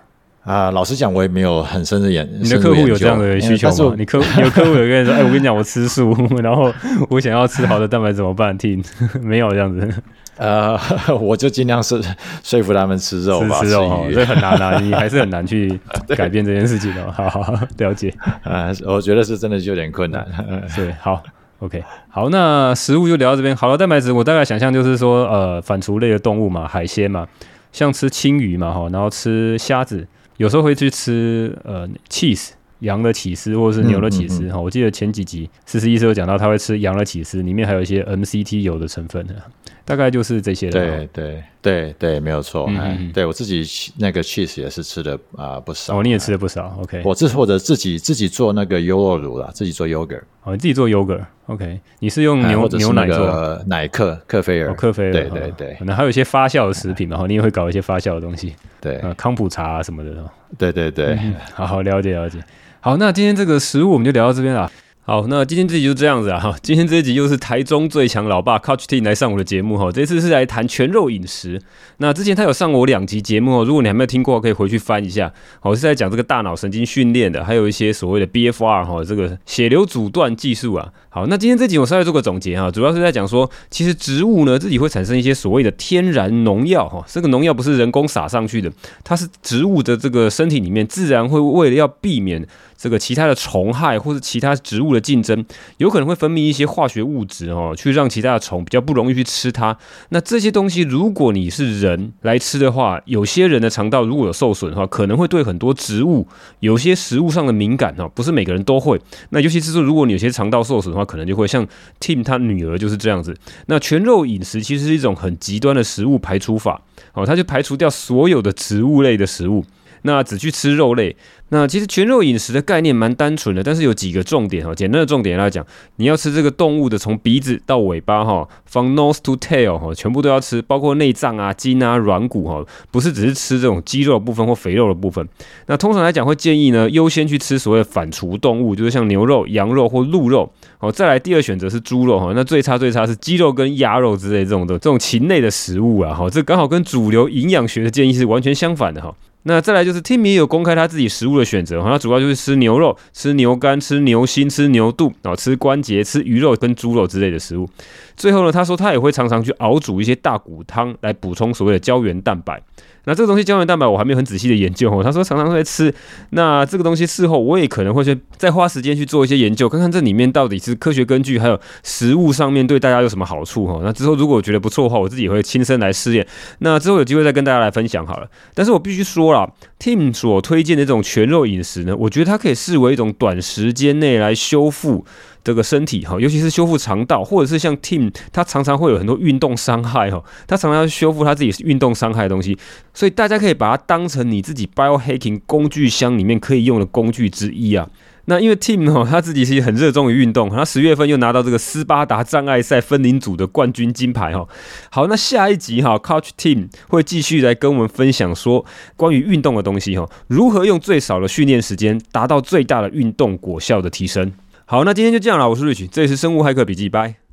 啊、呃，老实讲，我也没有很深的研。 你的客户有这样的需求吗？你客你有客户有跟你说，哎，我跟你讲，我吃素，然后我想要吃好的蛋白质怎么办？听没有这样子。 呃，我就尽量是说服他们吃肉吧， 吃肉哦，这很难啊，你还是很难去改变这件事情哦。好好了解。 啊、呃，我觉得是真的是有点困难。 对，好。OK， 好，那食物就聊到这边。好了，蛋白质我大概想象就是说，呃，反刍类的动物嘛，海鲜嘛，像吃青鱼嘛，哈，然后吃虾子，有时候会去吃呃 cheese 羊的起司或者是牛的起司哈、嗯嗯嗯。我记得前几集思思医师有讲到，他会吃羊的起司，里面还有一些 M C T 油的成分，大概就是这些。 对对对对，没有错。嗯嗯嗯对我自己那个 cheese 也是吃的啊、呃、不少。 哦，你也吃的不少。OK， 我自或者自己自己做那个优酪乳啦，自己做 yogurt。 哦，你自己做 yogurt。OK， 你是用牛、 或者是牛奶做？ 呃，奶克克菲尔。 哦，克菲尔。 对对对。 可能还有一些发酵的食品嘛，你也会搞一些发酵的东西。 对。 呃，康普茶啊什么的。 对对对。 嗯、好好了解了解。好，那今天这个食物我们就聊到这边啦。好，那今天这集就这样子啊哈。今天这一集又是台中最强老爸 Coach Tim 来上我的节目哈。这次是来谈全肉饮食。那之前他有上我两集节目哦，如果你还没有听过，可以回去翻一下。我是在讲这个大脑神经训练的，还有一些所谓的 B F R 哈，这个血流阻断技术啊。好，那今天这集我稍微做个总结哈，主要是在讲说，其实植物呢自己会产生一些所谓的天然农药哈，这个农药不是人工撒上去的，它是植物的这个身体里面自然会为了要避免这个其他的虫害或是其他植物的竞争，有可能会分泌一些化学物质哦，去让其他的虫比较不容易去吃它。那这些东西，如果你是人来吃的话，有些人的肠道如果有受损的话，可能会对很多植物有些食物上的敏感哦，不是每个人都会。那尤其是说，如果你有些肠道受损的话，可能就会像 Tim 他女儿就是这样子。那全肉饮食其实是一种很极端的食物排除法哦，它就排除掉所有的植物类的食物。那只去吃肉类，那其实全肉饮食的概念蛮单纯的，但是有几个重点哦。简单的重点来讲，你要吃这个动物的从鼻子到尾巴哈 ，from nose to tail 哈，全部都要吃，包括内脏啊、筋啊、软骨哈，不是只是吃这种肌肉的部分或肥肉的部分。那通常来讲会建议呢，优先去吃所谓的反刍动物，就是像牛肉、羊肉或鹿肉。哦，再来第二选择是猪肉哈，那最差最差是鸡肉跟鸭肉之类这种的这种禽类的食物啊，哈，这刚好跟主流营养学的建议是完全相反的哈。那再来就是 Tim 也有公开他自己食物的选择，他主要就是吃牛肉、吃牛肝、吃牛心、吃牛肚，吃关节、吃鱼肉跟猪肉之类的食物。最后呢，他说他也会常常去熬煮一些大骨汤来补充所谓的胶原蛋白。那这个东西胶原蛋白我还没有很仔细的研究哦，他说常常会吃，那这个东西事后我也可能会去再花时间去做一些研究，看看这里面到底是科学根据，还有食物上面对大家有什么好处哦。那之后如果我觉得不错的话，我自己也会亲身来试验，那之后有机会再跟大家来分享好了。但是我必须说啦， Tim 所推荐的这种全肉饮食呢，我觉得它可以视为一种短时间内来修复这个身体哈，尤其是修复肠道，或者是像 Tim 他常常会有很多运动伤害哈，他常常要修复他自己运动伤害的东西，所以大家可以把它当成你自己 biohacking 工具箱里面可以用的工具之一啊。那因为 Tim 哦，他自己是很热衷于运动，他十月份又拿到这个斯巴达障碍赛分龄组的冠军金牌哈。好，那下一集哈 ，Coach Tim 会继续来跟我们分享说关于运动的东西哈，如何用最少的训练时间达到最大的运动果效的提升。好，那今天就这样了，我是 Rich， 这里是生物骇客笔记，拜。